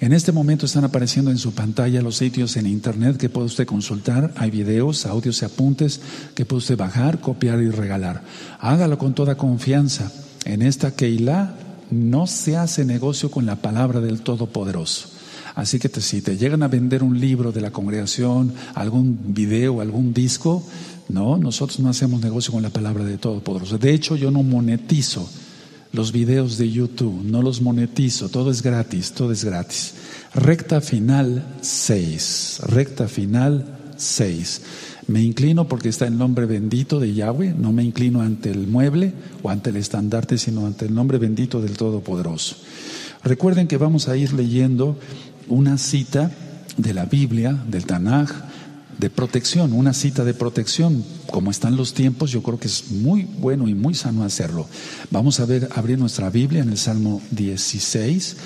En este momento están apareciendo en su pantalla los sitios en internet que puede usted consultar. Hay videos, audios y apuntes que puede usted bajar, copiar y regalar. Hágalo con toda confianza. En esta Keilah no se hace negocio con la palabra del Todopoderoso. Así que si te llegan a vender un libro de la congregación, algún video, algún disco, no, nosotros no hacemos negocio con la palabra del Todopoderoso. De hecho, yo no monetizo los videos de YouTube, no los monetizo, todo es gratis, todo es gratis. Recta final 6, recta final 6. Me inclino porque está el nombre bendito de Yahweh, no me inclino ante el mueble o ante el estandarte, sino ante el nombre bendito del Todopoderoso. Recuerden que vamos a ir leyendo una cita de la Biblia, del Tanaj, de protección, una cita de protección. Como están los tiempos, yo creo que es muy bueno y muy sano hacerlo. Vamos a abrir nuestra Biblia en el Salmo 16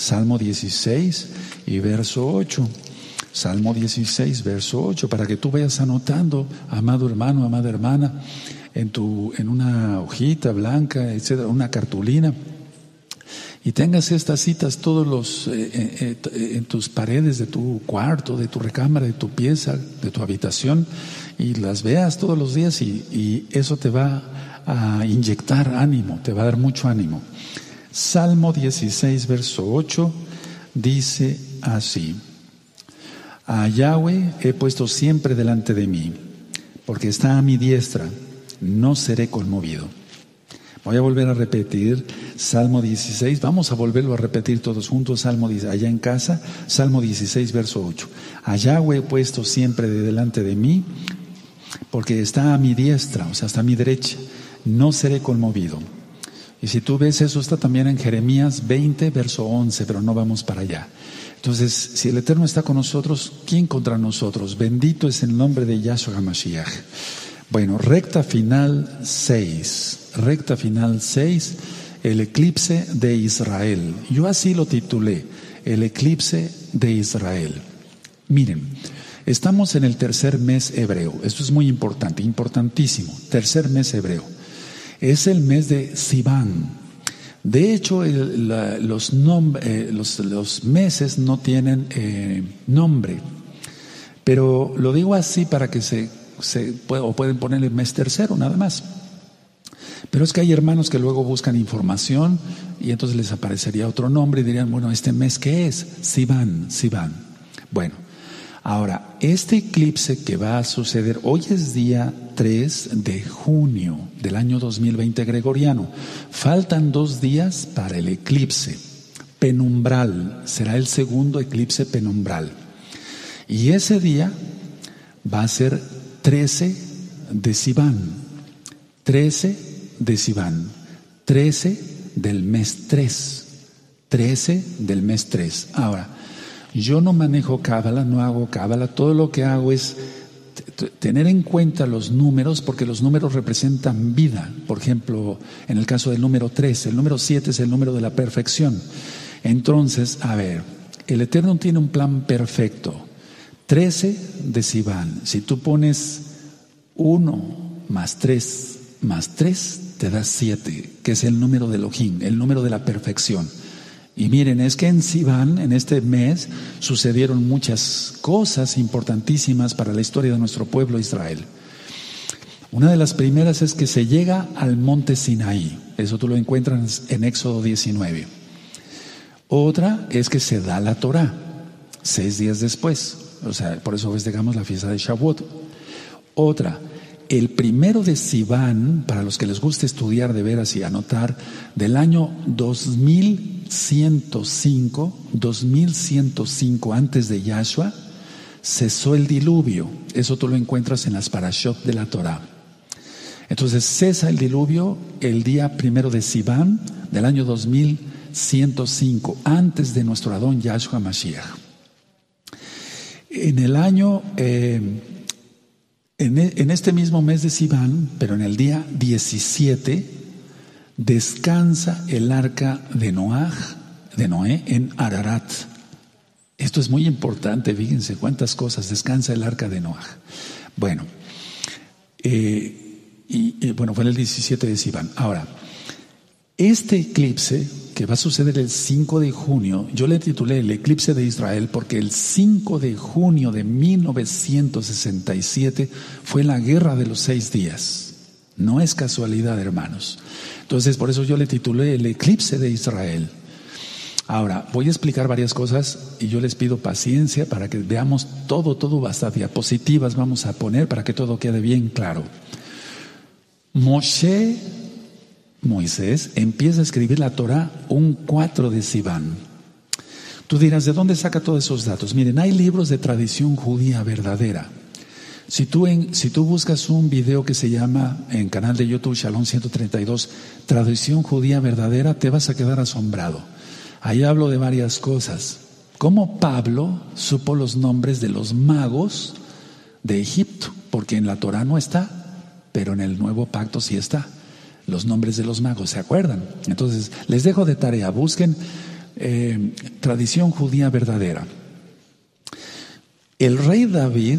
y verso 8. Salmo 16, verso 8, para que tú vayas anotando, amado hermano, amada hermana, en una hojita blanca, etcétera, una cartulina, y tengas estas citas todos en tus paredes de tu cuarto, de tu recámara, de tu pieza, de tu habitación, y las veas todos los días, y eso te va a inyectar ánimo, te va a dar mucho ánimo. Salmo 16, verso 8, dice así: a Yahweh he puesto siempre delante de mí, porque está a mi diestra, no seré conmovido. Voy a volver a repetir Salmo 16, vamos a volverlo a repetir todos juntos, allá en casa, Salmo 16, verso 8. A Yahweh he puesto siempre delante de mí, porque está a mi diestra, o sea, está a mi derecha, no seré conmovido. Y si tú ves eso, está también en Jeremías 20, verso 11, pero no vamos para allá. Entonces, si el Eterno está con nosotros, ¿quién contra nosotros? Bendito es el nombre de Yahshua HaMashiach. Bueno, recta final 6, el eclipse de Israel. Yo así lo titulé, el eclipse de Israel. Miren, estamos en el tercer mes hebreo. Esto es muy importante, importantísimo. Tercer mes hebreo. Es el mes de Sivan. De hecho, los meses no tienen nombre, pero lo digo así para que o pueden poner el mes tercero nada más. Pero es que hay hermanos que luego buscan información y entonces les aparecería otro nombre y dirían, bueno, ¿este mes qué es? Sivan. Bueno, ahora, este eclipse que va a suceder, hoy es día 3 de junio del año 2020 gregoriano. Faltan 2 días para el eclipse penumbral. Será el segundo eclipse penumbral. Y ese día va a ser 13 de Sivan. 13 de Sivan. 13 del mes 3. 13 del mes 3. Ahora, yo no manejo cábala, no hago cábala. Todo lo que hago es tener en cuenta los números, porque los números representan vida. Por ejemplo, en el caso del número 3, el número 7 es el número de la perfección. Entonces, a ver, el Eterno tiene un plan perfecto. 13 de Sivan. Si tú pones 1 más 3 te da 7, que es el número de Elohim, el número de la perfección. Y miren, es que en Sivan, en este mes, sucedieron muchas cosas importantísimas para la historia de nuestro pueblo Israel. Una de las primeras es que se llega al monte Sinaí. Eso tú lo encuentras en Éxodo 19. Otra es que se da la Torá 6 días después. O sea, por eso festejamos la fiesta de Shavuot. Otra, el 1 de Sivan, para los que les guste estudiar de veras y anotar, del año 2105 antes de Yahshua, cesó el diluvio. Eso tú lo encuentras en las parashot de la Torá. Entonces cesa el diluvio el día 1 de Sivan del año 2105, antes de nuestro Adón Yahshua Mashiach. En el año, en este mismo mes de Sivan, pero en el día 17, descansa el arca de Noé en Ararat. Esto es muy importante, fíjense cuántas cosas descansa el arca de Noé. Bueno, bueno, fue en el 17 de Sivan. Ahora, Este eclipse que va a suceder el 5 de junio, yo le titulé el eclipse de Israel porque el 5 de junio de 1967 fue la guerra de los 6 días. No es casualidad, hermanos. Entonces, por eso yo le titulé el eclipse de Israel. Ahora, voy a explicar varias cosas y yo les pido paciencia para que veamos todo, hasta diapositivas vamos a poner para que todo quede bien claro. Moisés empieza a escribir la Torah un 4 de Sivan. Tú dirás, ¿de dónde saca todos esos datos? Miren, hay libros de tradición judía verdadera. Si tú buscas un video que se llama en canal de YouTube Shalom 132, Tradición Judía Verdadera, te vas a quedar asombrado. Ahí hablo de varias cosas. Cómo Pablo supo los nombres de los magos de Egipto, porque en la Torah no está, pero en el Nuevo Pacto sí está. Los nombres de los magos, ¿se acuerdan? Entonces, les dejo de tarea, busquen Tradición Judía Verdadera. El rey David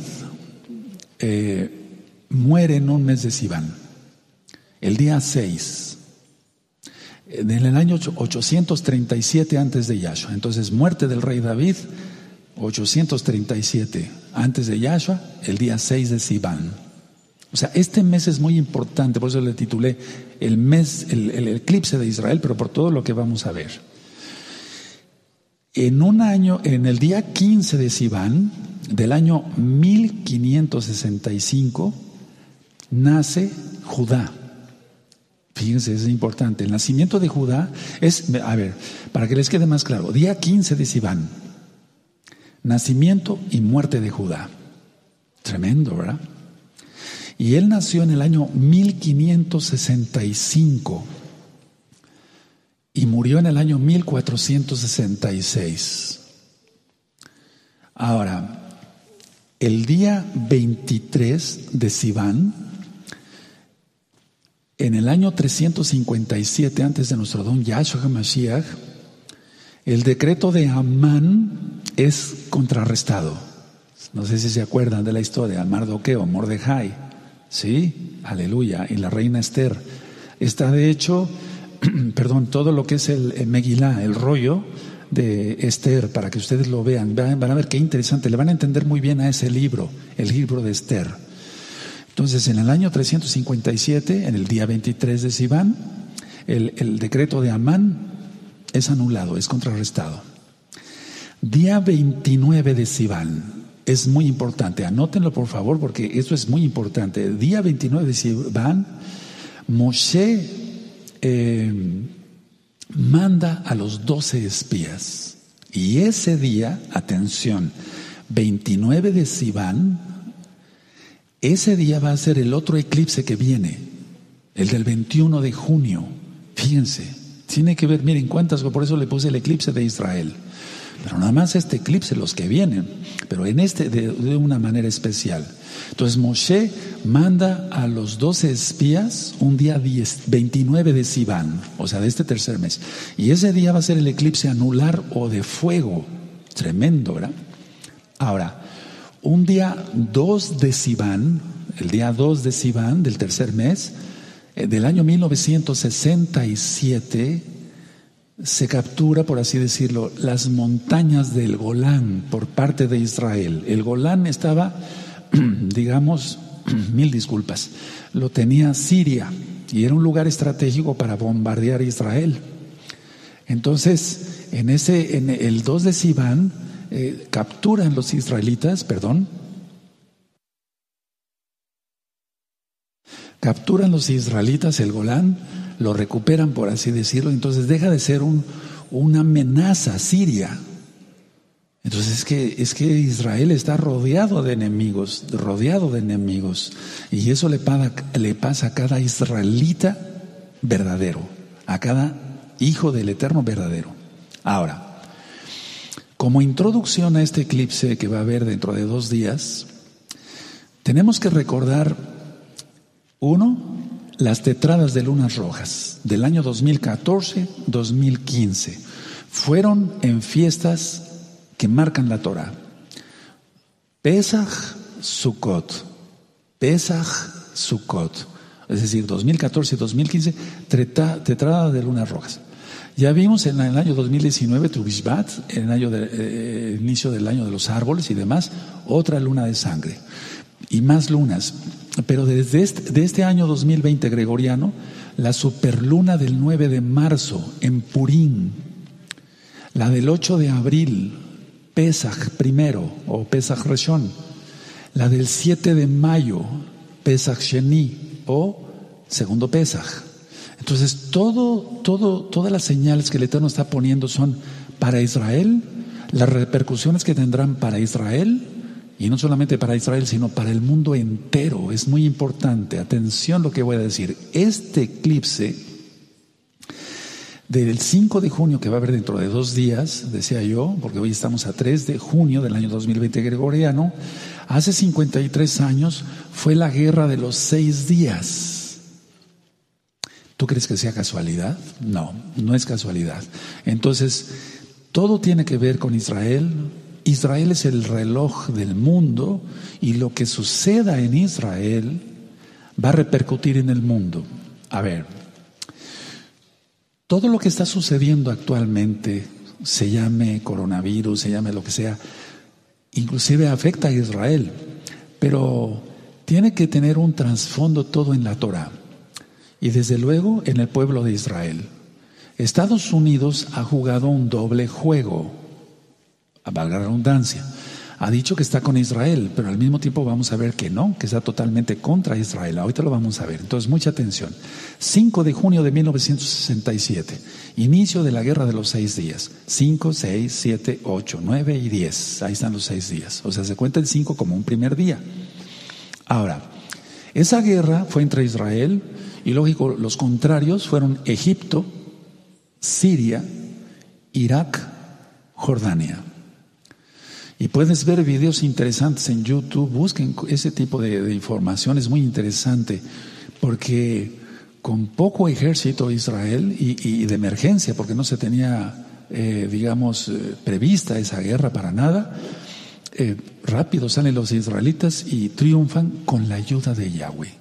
muere en un mes de Sivan, el día 6. En el año 837 antes de Yahshua. Entonces, muerte del rey David, 837 antes de Yahshua, el día 6 de Sivan. O sea, este mes es muy importante, por eso le titulé el mes, el eclipse de Israel, pero por todo lo que vamos a ver. En un año, en el día 15 de Sivan, del año 1565, nace Judá. Fíjense, es importante. El nacimiento de Judá es, a ver, para que les quede más claro, día 15 de Sivan, nacimiento y muerte de Judá. Tremendo, ¿verdad? Y él nació en el año 1565 y murió en el año 1466. Ahora, el día 23 de Sivan, en el año 357 antes de nuestro don Yahshua HaMashiach, el decreto de Amán es contrarrestado. No sé si se acuerdan de la historia, Mardoqueo, Mordejai, sí, aleluya, y la reina Esther. Está de hecho, todo lo que es el Megilá, el rollo de Esther, para que ustedes lo vean, van a ver qué interesante, le van a entender muy bien a ese libro, el libro de Esther. Entonces, en el año 357, en el día 23 de Sivan, el decreto de Amán es anulado, es contrarrestado. Día 29 de Sivan, es muy importante, anótenlo por favor porque esto es muy importante. Día 29 de Sivan, Moshe manda a los 12 espías. Y ese día, atención, 29 de Sivan, ese día va a ser el otro eclipse que viene, el del 21 de junio. Fíjense, tiene que ver, miren cuántas, por eso le puse el eclipse de Israel. Pero nada más este eclipse, los que vienen, pero en este de una manera especial. Entonces Moshe manda a los 12 espías un día 29 de Sivan, o sea, de este tercer mes. Y ese día va a ser el eclipse anular o de fuego. Tremendo, ¿verdad? Ahora, un día 2 de Sivan, el día 2 de Sivan del tercer mes, del año 1967, se captura, por así decirlo, las montañas del Golán por parte de Israel. El Golán estaba, digamos, mil disculpas, lo tenía Siria y era un lugar estratégico para bombardear Israel. Entonces, en el 2 de Sivan, capturan los israelitas, capturan los israelitas el Golán, lo recuperan, por así decirlo, entonces deja de ser una amenaza a Siria. Entonces es que Israel está rodeado de enemigos, y eso le pasa a cada israelita verdadero, a cada hijo del Eterno verdadero. Ahora, como introducción a este eclipse que va a haber dentro de 2 días, tenemos que recordar, uno, las tetradas de lunas rojas del año 2014-2015. Fueron en fiestas que marcan la Torah. Pesach, Sukkot. es decir, 2014 y 2015, tetrada de lunas rojas. Ya vimos en el año 2019, Tu Bishvat, en el año inicio del año de los árboles y demás, otra luna de sangre y más lunas. Pero desde este año 2020 gregoriano, la superluna del 9 de marzo en Purín, la del 8 de abril, Pesaj primero o Pesaj Reshon, la del 7 de mayo, Pesaj Sheni o segundo Pesaj. Entonces todas las señales que el Eterno está poniendo son para Israel, las repercusiones que tendrán para Israel, y no solamente para Israel, sino para el mundo entero. Es muy importante, atención lo que voy a decir. Este eclipse del 5 de junio que va a haber dentro de 2 días, decía yo, porque hoy estamos a 3 de junio del año 2020 gregoriano, hace 53 años fue la guerra de los 6 días. ¿Tú crees que sea casualidad? No, no es casualidad. Entonces, todo tiene que ver con Israel. Israel es el reloj del mundo y lo que suceda en Israel va a repercutir en el mundo. A ver, todo lo que está sucediendo actualmente, se llame coronavirus, se llame lo que sea, inclusive afecta a Israel, pero tiene que tener un trasfondo todo en la Torah y desde luego en el pueblo de Israel. Estados Unidos ha jugado un doble juego, a valga la redundancia. Ha dicho que está con Israel, pero al mismo tiempo vamos a ver que no, que está totalmente contra Israel. Ahorita lo vamos a ver. Entonces, mucha atención. 5 de junio de 1967, inicio de la guerra de los 6 días. 5, 6, 7, 8, 9 y 10. Ahí están los 6 días. O sea, se cuenta el 5 como un primer día. Ahora, esa guerra fue entre Israel y, lógico, los contrarios fueron Egipto, Siria, Irak, Jordania. Y puedes ver videos interesantes en YouTube, busquen ese tipo de información, es muy interesante, porque con poco ejército Israel y de emergencia, porque no se tenía, prevista esa guerra para nada, rápido salen los israelitas y triunfan con la ayuda de Yahweh,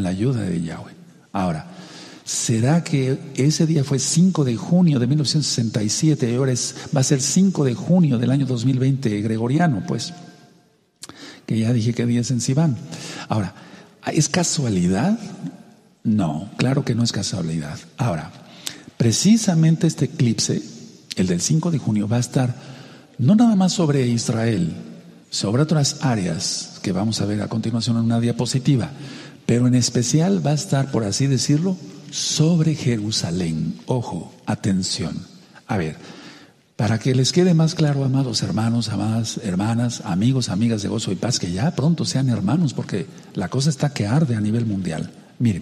Ahora, ¿será que ese día fue 5 de junio de 1967 y ahora va a ser 5 de junio del año 2020 gregoriano? Pues, que ya dije que día es en Sivan. Ahora, ¿es casualidad? No, claro que no es casualidad. Ahora, precisamente este eclipse, el del 5 de junio, va a estar no nada más sobre Israel, sobre otras áreas que vamos a ver a continuación en una diapositiva, pero en especial va a estar, por así decirlo, sobre Jerusalén. Ojo, atención. A ver, para que les quede más claro, amados hermanos, amadas hermanas, amigos, amigas de Gozo y Paz, que ya pronto sean hermanos, porque la cosa está que arde a nivel mundial. Miren,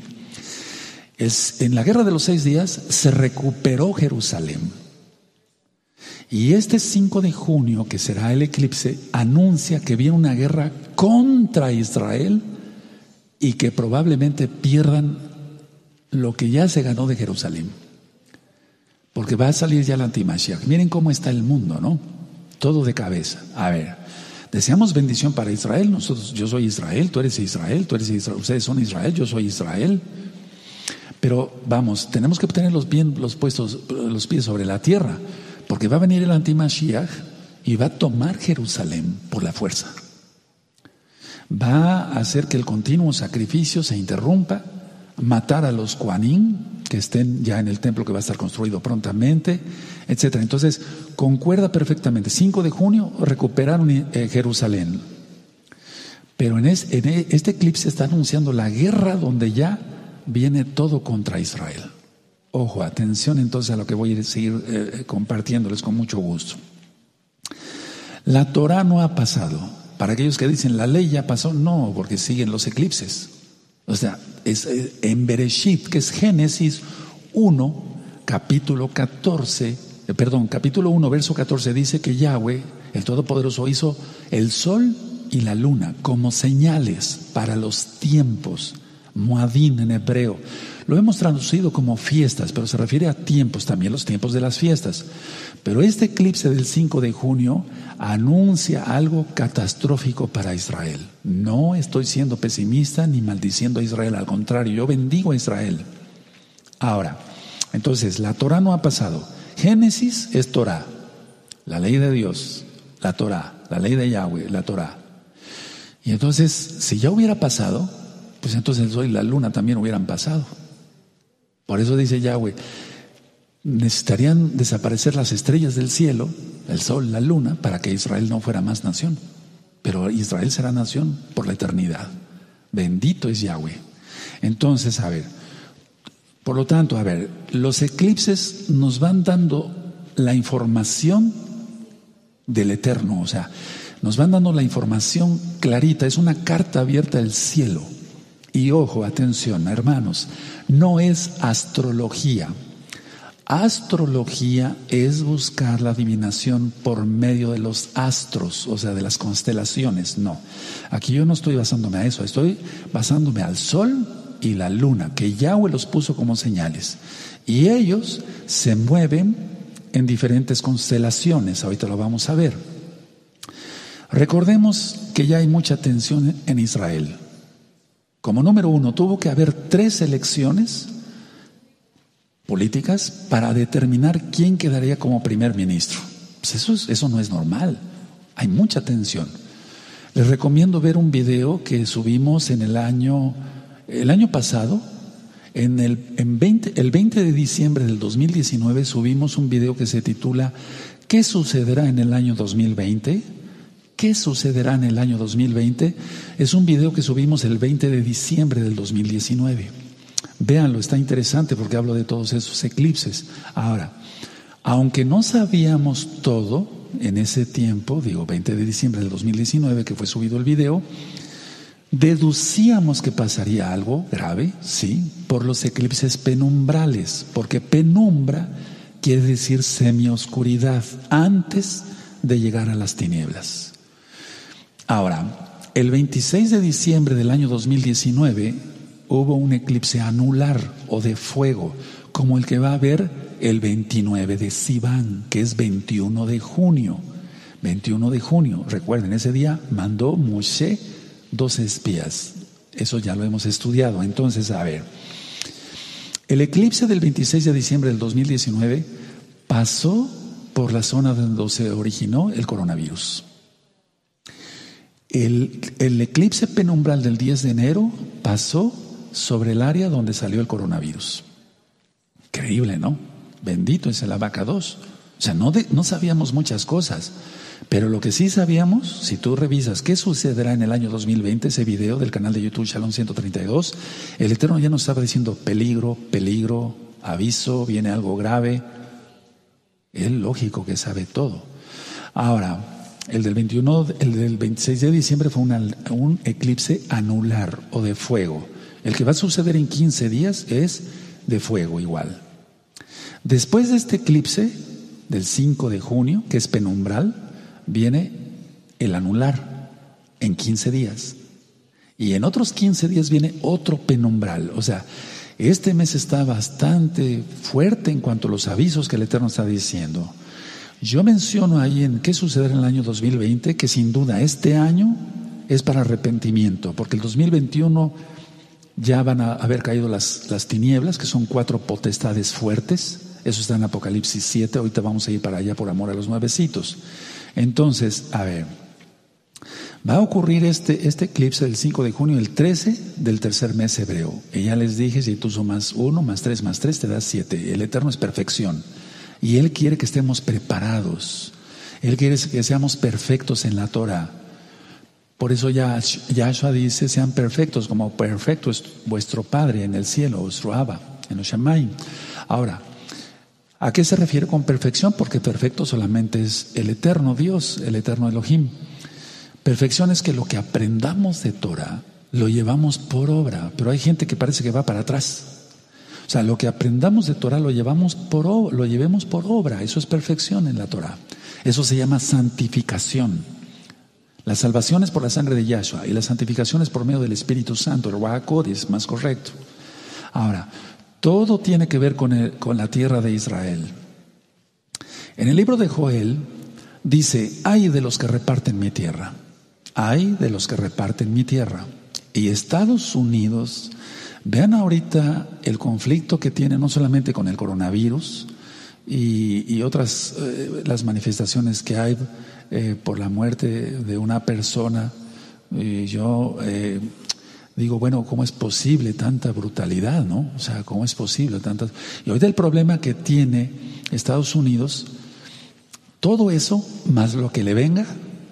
en la guerra de los 6 días se recuperó Jerusalén. Y este 5 de junio, que será el eclipse, anuncia que viene una guerra contra Israel y que probablemente pierdan lo que ya se ganó de Jerusalén, porque va a salir ya el antimashiach. Miren cómo está el mundo, ¿no? Todo de cabeza. A ver, deseamos bendición para Israel. Yo soy Israel, tú eres Israel, ustedes son Israel, yo soy Israel. Pero vamos, tenemos que tener los pies sobre la tierra, porque va a venir el antimashiach y va a tomar Jerusalén por la fuerza. Va a hacer que el continuo sacrificio se interrumpa, matar a los Kohanim que estén ya en el templo que va a estar construido prontamente, etcétera. Entonces, concuerda perfectamente. 5 de junio recuperaron Jerusalén. Pero en este eclipse está anunciando la guerra donde ya viene todo contra Israel. Ojo, atención entonces a lo que voy a seguir compartiéndoles con mucho gusto. La Torah no ha pasado. Para aquellos que dicen la ley ya pasó, no, porque siguen los eclipses. O sea, es en Bereshit, que es Génesis 1, capítulo 1, verso 14, dice que Yahweh, el Todopoderoso, hizo el sol y la luna como señales para los tiempos, Moadim en hebreo. Lo hemos traducido como fiestas, pero se refiere a tiempos también, los tiempos de las fiestas. Pero este eclipse del 5 de junio anuncia algo catastrófico para Israel. No estoy siendo pesimista ni maldiciendo a Israel, al contrario, yo bendigo a Israel. Ahora, entonces, la Torah no ha pasado. Génesis es Torah, la ley de Dios, la Torah, la ley de Yahweh, la Torah. Y entonces, si ya hubiera pasado, pues entonces el sol y la luna también hubieran pasado. Por eso dice Yahweh, necesitarían desaparecer las estrellas del cielo, el sol, la luna, para que Israel no fuera más nación. Pero Israel será nación por la eternidad. Bendito es Yahweh. Entonces, a ver, por lo tanto, a ver, los eclipses nos van dando la información del Eterno, o sea, nos van dando la información clarita, es una carta abierta del cielo. Y ojo, atención, hermanos, no es astrología. Astrología es buscar la adivinación por medio de los astros, o sea, de las constelaciones. No, aquí yo no estoy basándome a eso, estoy basándome al sol y la luna, que Yahweh los puso como señales. Y ellos se mueven en diferentes constelaciones, ahorita lo vamos a ver. Recordemos que ya hay mucha tensión en Israel. Como número uno, tuvo que haber 3 elecciones políticas para determinar quién quedaría como primer ministro. Pues eso no es normal, hay mucha tensión. Les recomiendo ver un video que subimos en el año pasado, el 20 de diciembre del 2019 subimos un video que se titula ¿Qué sucederá en el año 2020? ¿Qué sucederá en el año 2020? Es un video que subimos el 20 de diciembre del 2019. Véanlo, está interesante porque hablo de todos esos eclipses. Ahora, aunque no sabíamos todo en ese tiempo, 20 de diciembre del 2019 que fue subido el video, deducíamos que pasaría algo grave, sí, por los eclipses penumbrales, porque penumbra quiere decir semioscuridad, antes de llegar a las tinieblas. Ahora, el 26 de diciembre del año 2019 hubo un eclipse anular o de fuego, como el que va a haber el 29 de Sivan, que es 21 de junio. 21 de junio, recuerden, ese día mandó Moshe 12 espías. Eso ya lo hemos estudiado. Entonces, a ver, el eclipse del 26 de diciembre del 2019 pasó por la zona donde se originó el coronavirus. El eclipse penumbral del 10 de enero pasó sobre el área donde salió el coronavirus. Increíble, ¿no? Bendito es el Abacados. O sea, no sabíamos muchas cosas, pero lo que sí sabíamos, si tú revisas qué sucederá en el año 2020, ese video del canal de YouTube Shalom 132, el Eterno ya nos estaba diciendo peligro, aviso, viene algo grave. Él lógico que sabe todo. Ahora, el del 26 de diciembre fue un eclipse anular o de fuego. El que va a suceder en 15 días es de fuego igual. Después de este eclipse del 5 de junio, que es penumbral, viene el anular en 15 días. Y en otros 15 días viene otro penumbral. O sea, este mes está bastante fuerte en cuanto a los avisos que el Eterno está diciendo. Yo menciono ahí en qué sucederá en el año 2020, que sin duda este año es para arrepentimiento, porque el 2021 ya van a haber caído las tinieblas, que son 4 potestades fuertes. Eso está en Apocalipsis 7, ahorita vamos a ir para allá por amor a los nuevecitos. Entonces, a ver, va a ocurrir este eclipse del 5 de junio, el 13 del tercer mes hebreo. Y ya les dije, si tú sumas 1 más 3 más 3 te da 7. El Eterno es perfección. Y Él quiere que estemos preparados. Él quiere que seamos perfectos en la Torah. Por eso Yahshua dice, sean perfectos como perfecto es vuestro Padre en el cielo, vuestro Abba, en los Shamayim. Ahora, ¿a qué se refiere con perfección? Porque perfecto solamente es el eterno Dios, el eterno Elohim. Perfección es que lo que aprendamos de Torah lo llevamos por obra, pero hay gente que parece que va para atrás. O sea, lo que aprendamos de Torah lo llevemos por obra. Eso es perfección en la Torah. Eso se llama santificación. La salvación es por la sangre de Yahshua y la santificación es por medio del Espíritu Santo. El Ruach HaKodesh es más correcto. Ahora, Todo tiene que ver con la tierra de Israel. En el libro de Joel dice, ay de los que reparten mi tierra, ay de los que reparten mi tierra. Y Estados Unidos, vean ahorita el conflicto que tiene no solamente con el coronavirus y otras, las manifestaciones que hay por la muerte de una persona. Y yo digo, bueno, ¿cómo es posible tanta brutalidad, no? O sea, ¿cómo es posible tanta? Y ahorita el problema que tiene Estados Unidos, todo eso, más lo que le venga,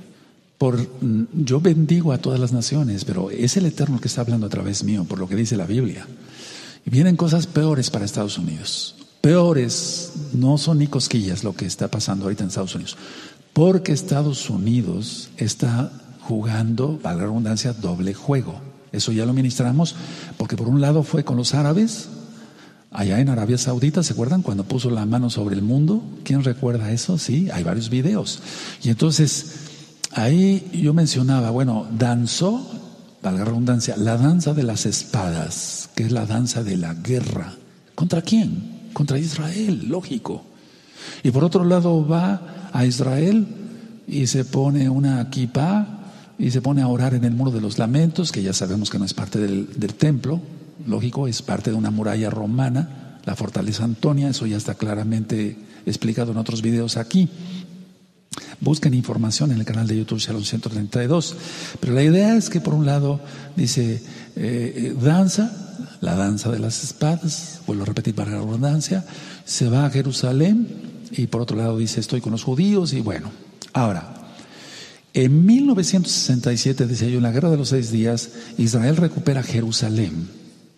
yo bendigo a todas las naciones, pero es el Eterno el que está hablando a través mío, por lo que dice la Biblia. Y vienen cosas peores para Estados Unidos. Peores, no son ni cosquillas lo que está pasando ahorita en Estados Unidos. Porque Estados Unidos está jugando, valga la redundancia, doble juego. Eso ya lo ministramos, porque por un lado fue con los árabes, allá en Arabia Saudita, ¿se acuerdan cuando puso la mano sobre el mundo? ¿Quién recuerda eso? Sí, hay varios videos. Y entonces, ahí yo mencionaba, bueno, danzó, valga la redundancia, la danza de las espadas, que es la danza de la guerra. ¿Contra quién? Contra Israel, lógico. Y por otro lado va a Israel y se pone una kipá y se pone a orar en el muro de los lamentos, que ya sabemos que no es parte del templo, lógico, es parte de una muralla romana, la fortaleza Antonia, eso ya está claramente explicado en otros videos aquí. Busquen información en el canal de YouTube Shalom 132. Pero la idea es que por un lado dice danza, la danza de las espadas, vuelvo a repetir para la redundancia, se va a Jerusalén, y por otro lado dice estoy con los judíos. Y bueno, ahora en 1967, decía yo, en la Guerra de los 6 días, Israel recupera Jerusalén.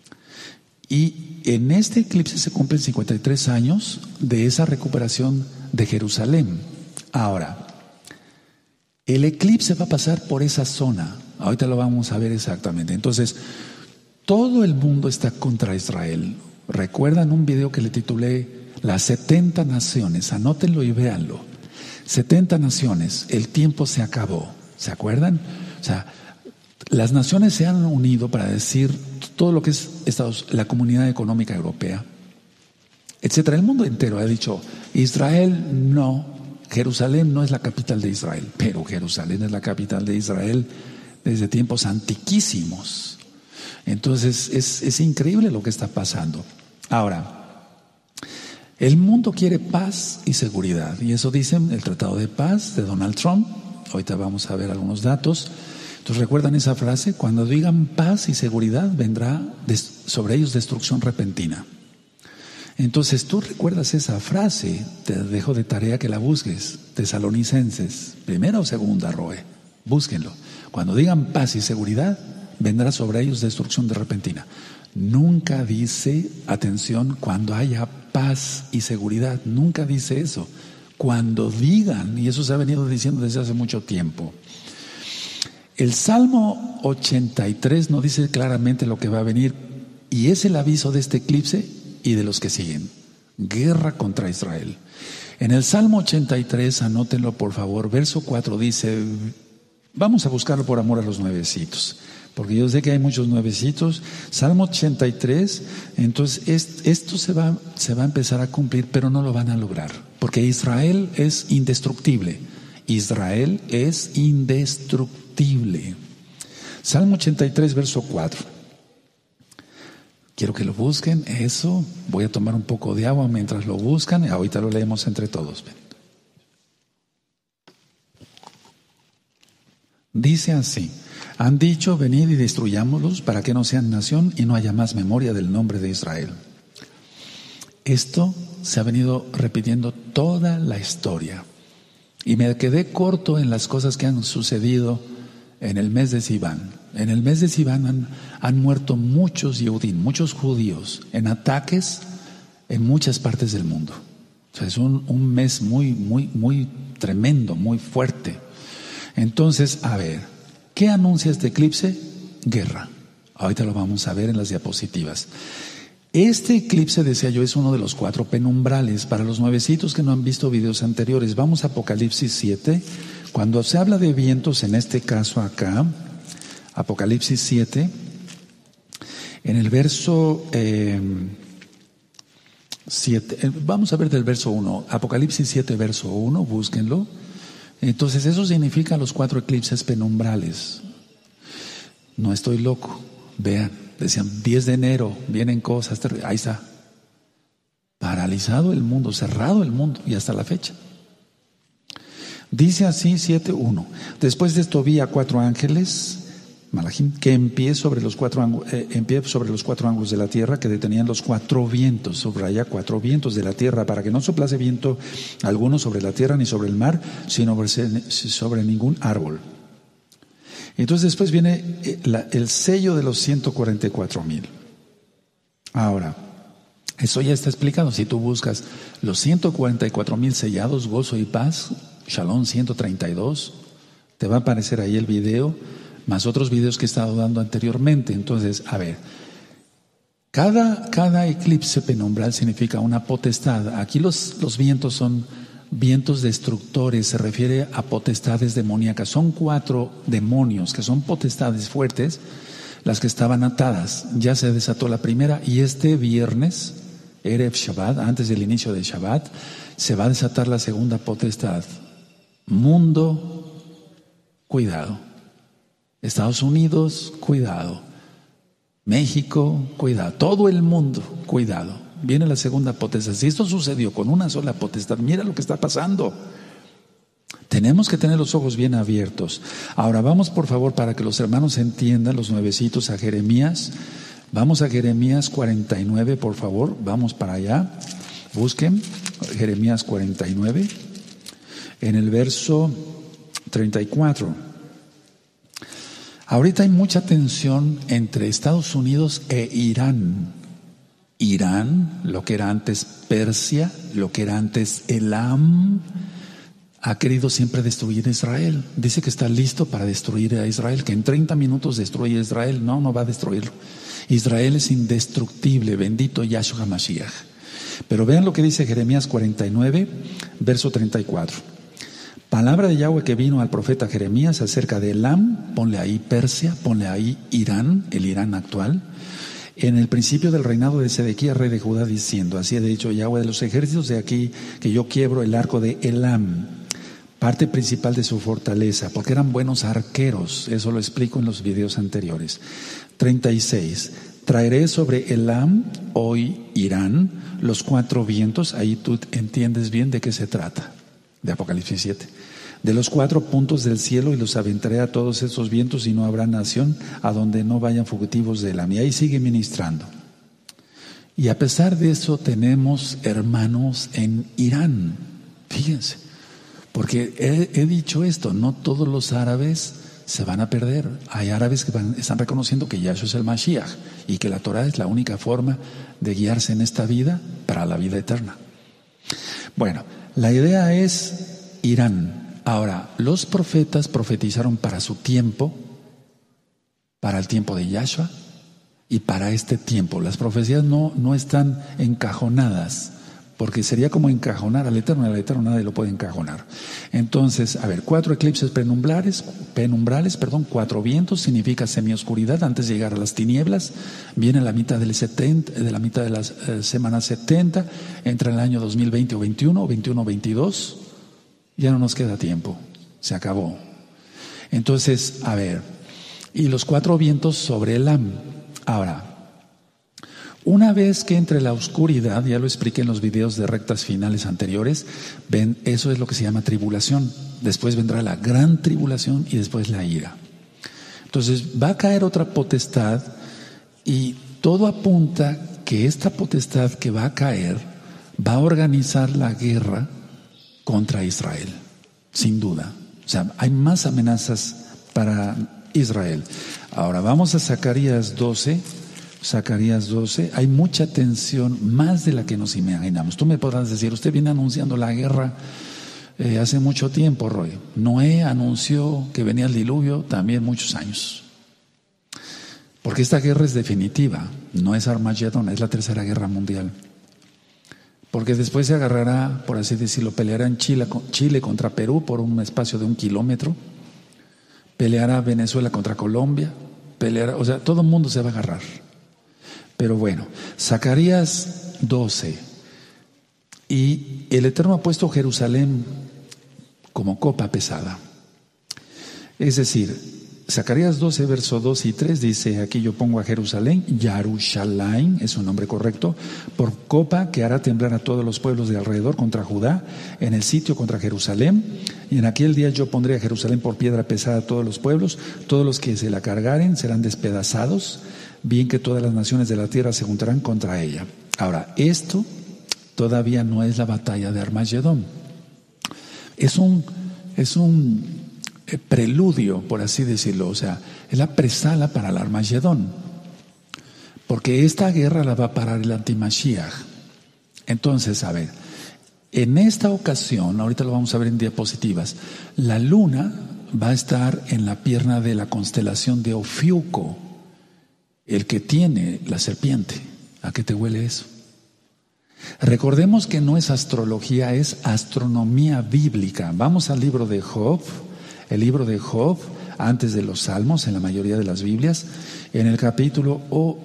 Y en este eclipse se cumplen 53 años de esa recuperación de Jerusalén. Ahora, el eclipse va a pasar por esa zona. Ahorita lo vamos a ver exactamente. Entonces, todo el mundo está contra Israel. ¿Recuerdan un video que le titulé Las 70 naciones? Anótenlo y véanlo. 70 naciones, el tiempo se acabó. ¿Se acuerdan? O sea, las naciones se han unido para decir todo lo que es la Comunidad Económica Europea, etcétera. El mundo entero ha dicho, Israel no, Jerusalén no es la capital de Israel, pero Jerusalén es la capital de Israel desde tiempos antiquísimos. Entonces es increíble lo que está pasando. Ahora, el mundo quiere paz y seguridad, y eso dice el Tratado de Paz de Donald Trump. Ahorita vamos a ver algunos datos. Entonces, ¿recuerdan esa frase? Cuando digan paz y seguridad, vendrá sobre ellos destrucción repentina. Entonces, tú recuerdas esa frase, te dejo de tarea que la busques. Tesalonicenses, primera o segunda, Roe, búsquenlo. Cuando digan paz y seguridad, vendrá sobre ellos destrucción repentina. Nunca dice, atención, cuando haya paz y seguridad, nunca dice eso. Cuando digan, y eso se ha venido diciendo desde hace mucho tiempo. El Salmo 83 no dice claramente lo que va a venir, y es el aviso de este eclipse y de los que siguen. Guerra contra Israel. En el Salmo 83, anótenlo por favor, verso 4 dice, vamos a buscarlo por amor a los nuevecitos, porque yo sé que hay muchos nuevecitos. Salmo 83, entonces esto se va a empezar a cumplir, pero no lo van a lograr, porque Israel es indestructible. Israel es indestructible. Salmo 83, verso 4. Quiero que lo busquen, eso. Voy a tomar un poco de agua mientras lo buscan, y ahorita lo leemos entre todos. Dice así: han dicho, venid y destruyámoslos para que no sean nación y no haya más memoria del nombre de Israel. Esto se ha venido repitiendo toda la historia. Y me quedé corto en las cosas que han sucedido en el mes de Sivan. En el mes de Sivan han muerto muchos Yehudim, muchos judíos, en ataques en muchas partes del mundo. O sea, es un mes muy tremendo, muy fuerte. Entonces, a ver, ¿qué anuncia este eclipse? Guerra. Ahorita lo vamos a ver en las diapositivas. Este eclipse, decía yo, es uno de los 4 penumbrales. Para los nuevecitos que no han visto videos anteriores, vamos a Apocalipsis 7. Cuando se habla de vientos, en este caso acá, Apocalipsis 7, en el verso Vamos a ver del verso 1, Apocalipsis 7, verso 1, búsquenlo. Entonces eso significa los 4 eclipses penumbrales. No estoy loco, vean, decían 10 de enero, vienen cosas, ahí está. Paralizado el mundo, cerrado el mundo, y hasta la fecha. Dice así 7:1. Después de esto vi a 4 ángeles, Malachim, que en pie sobre los 4 ángulos de la tierra, que detenían los 4 vientos, subraya 4 vientos de la tierra, para que no soplase viento alguno sobre la tierra ni sobre el mar, sino sobre ningún árbol. Entonces después viene el sello de los 144,000. Ahora, eso ya está explicado. Si tú buscas los 144,000 sellados, gozo y paz, Shalom 132, te va a aparecer ahí el video, más otros videos que he estado dando anteriormente. Entonces, a ver, cada eclipse penumbral significa una potestad. Aquí los vientos son vientos destructores, se refiere a potestades demoníacas. Son 4 demonios que son potestades fuertes, las que estaban atadas. Ya se desató la primera, y este viernes, Erev Shabbat, antes del inicio de Shabbat, se va a desatar la segunda potestad. Mundo, cuidado. Estados Unidos, cuidado. México, cuidado. Todo el mundo, cuidado. Viene la segunda potestad. Si esto sucedió con una sola potestad, mira lo que está pasando. Tenemos que tener los ojos bien abiertos. Ahora vamos, por favor, para que los hermanos entiendan, los nuevecitos, a Jeremías. Vamos a Jeremías 49, por favor. Vamos para allá. Busquen Jeremías 49, en el verso 34. Ahorita hay mucha tensión entre Estados Unidos e Irán. Irán, lo que era antes Persia, lo que era antes Elam, ha querido siempre destruir a Israel. Dice que está listo para destruir a Israel, que en 30 minutos destruye a Israel. No va a destruirlo. Israel es indestructible, bendito Yahshua HaMashiach. Pero vean lo que dice Jeremías 49, verso 34. Palabra de Yahweh que vino al profeta Jeremías acerca de Elam, ponle ahí Persia, ponle ahí Irán, el Irán actual, en el principio del reinado de Sedequías, rey de Judá, diciendo: así ha dicho Yahweh de los ejércitos, de aquí que yo quiebro el arco de Elam, parte principal de su fortaleza, porque eran buenos arqueros. Eso lo explico en los videos anteriores. 36. Traeré sobre Elam, hoy Irán, los 4 vientos. Ahí tú entiendes bien de qué se trata, de Apocalipsis 7. De los 4 puntos del cielo, y los aventaré a todos esos vientos, y no habrá nación a donde no vayan fugitivos de Elam. Y ahí sigue ministrando. Y a pesar de eso tenemos hermanos en Irán. Fíjense, porque he dicho esto, no todos los árabes se van a perder. Hay árabes que están reconociendo que Yahshua es el Mashiach y que la Torah es la única forma de guiarse en esta vida para la vida eterna. Bueno, la idea es Irán. Ahora, los profetas profetizaron para su tiempo, para el tiempo de Yahshua y para este tiempo. Las profecías no están encajonadas, porque sería como encajonar al Eterno nadie lo puede encajonar. Entonces, a ver, 4 eclipses penumbrales, 4 vientos, significa semioscuridad antes de llegar a las tinieblas. Viene la mitad de la mitad de la semana 70, entra el año 2020 o 21, 22, ya no nos queda tiempo, se acabó. Entonces, a ver, y los 4 vientos sobre Elam. Ahora, una vez que entre la oscuridad, ya lo expliqué en los videos de rectas finales anteriores, ven, eso es lo que se llama tribulación. Después vendrá la gran tribulación y después la ira. Entonces va a caer otra potestad, y todo apunta que esta potestad que va a caer va a organizar la guerra contra Israel, sin duda. O sea, hay más amenazas para Israel. Ahora vamos a Zacarías 12. Zacarías 12, hay mucha tensión, más de la que nos imaginamos. Tú me podrás decir, usted viene anunciando la guerra hace mucho tiempo, Roy. Noé anunció que venía el diluvio también muchos años. Porque esta guerra es definitiva, no es Armagedón, es la tercera guerra mundial. Porque después se agarrará, por así decirlo, pelearán Chile contra Perú por un espacio de 1 kilómetro, peleará Venezuela contra Colombia, o sea, todo el mundo se va a agarrar. Pero bueno, Zacarías 12, Y el Eterno ha puesto Jerusalén como copa pesada. Es decir, Zacarías 12, verso 2 y 3 dice, aquí yo pongo a Jerusalén, Yarushalayim, es un nombre correcto, por copa que hará temblar a todos los pueblos de alrededor contra Judá, en el sitio contra Jerusalén. Y en aquel día yo pondré a Jerusalén por piedra pesada a todos los pueblos, todos los que se la cargaren serán despedazados, bien que todas las naciones de la tierra se juntarán contra ella. Ahora, esto todavía no es la batalla de Armagedón. Es un preludio, por así decirlo, o sea, es la presala para el Armagedón, porque esta guerra la va a parar el antimashiach. Entonces, a ver, en esta ocasión, ahorita lo vamos a ver en diapositivas, la luna va a estar en la pierna de la constelación de Ofiuco, el que tiene la serpiente. ¿A qué te huele eso? Recordemos que no es astrología, es astronomía bíblica. Vamos al libro de Job. El libro de Job, antes de los Salmos, en la mayoría de las Biblias, en el capítulo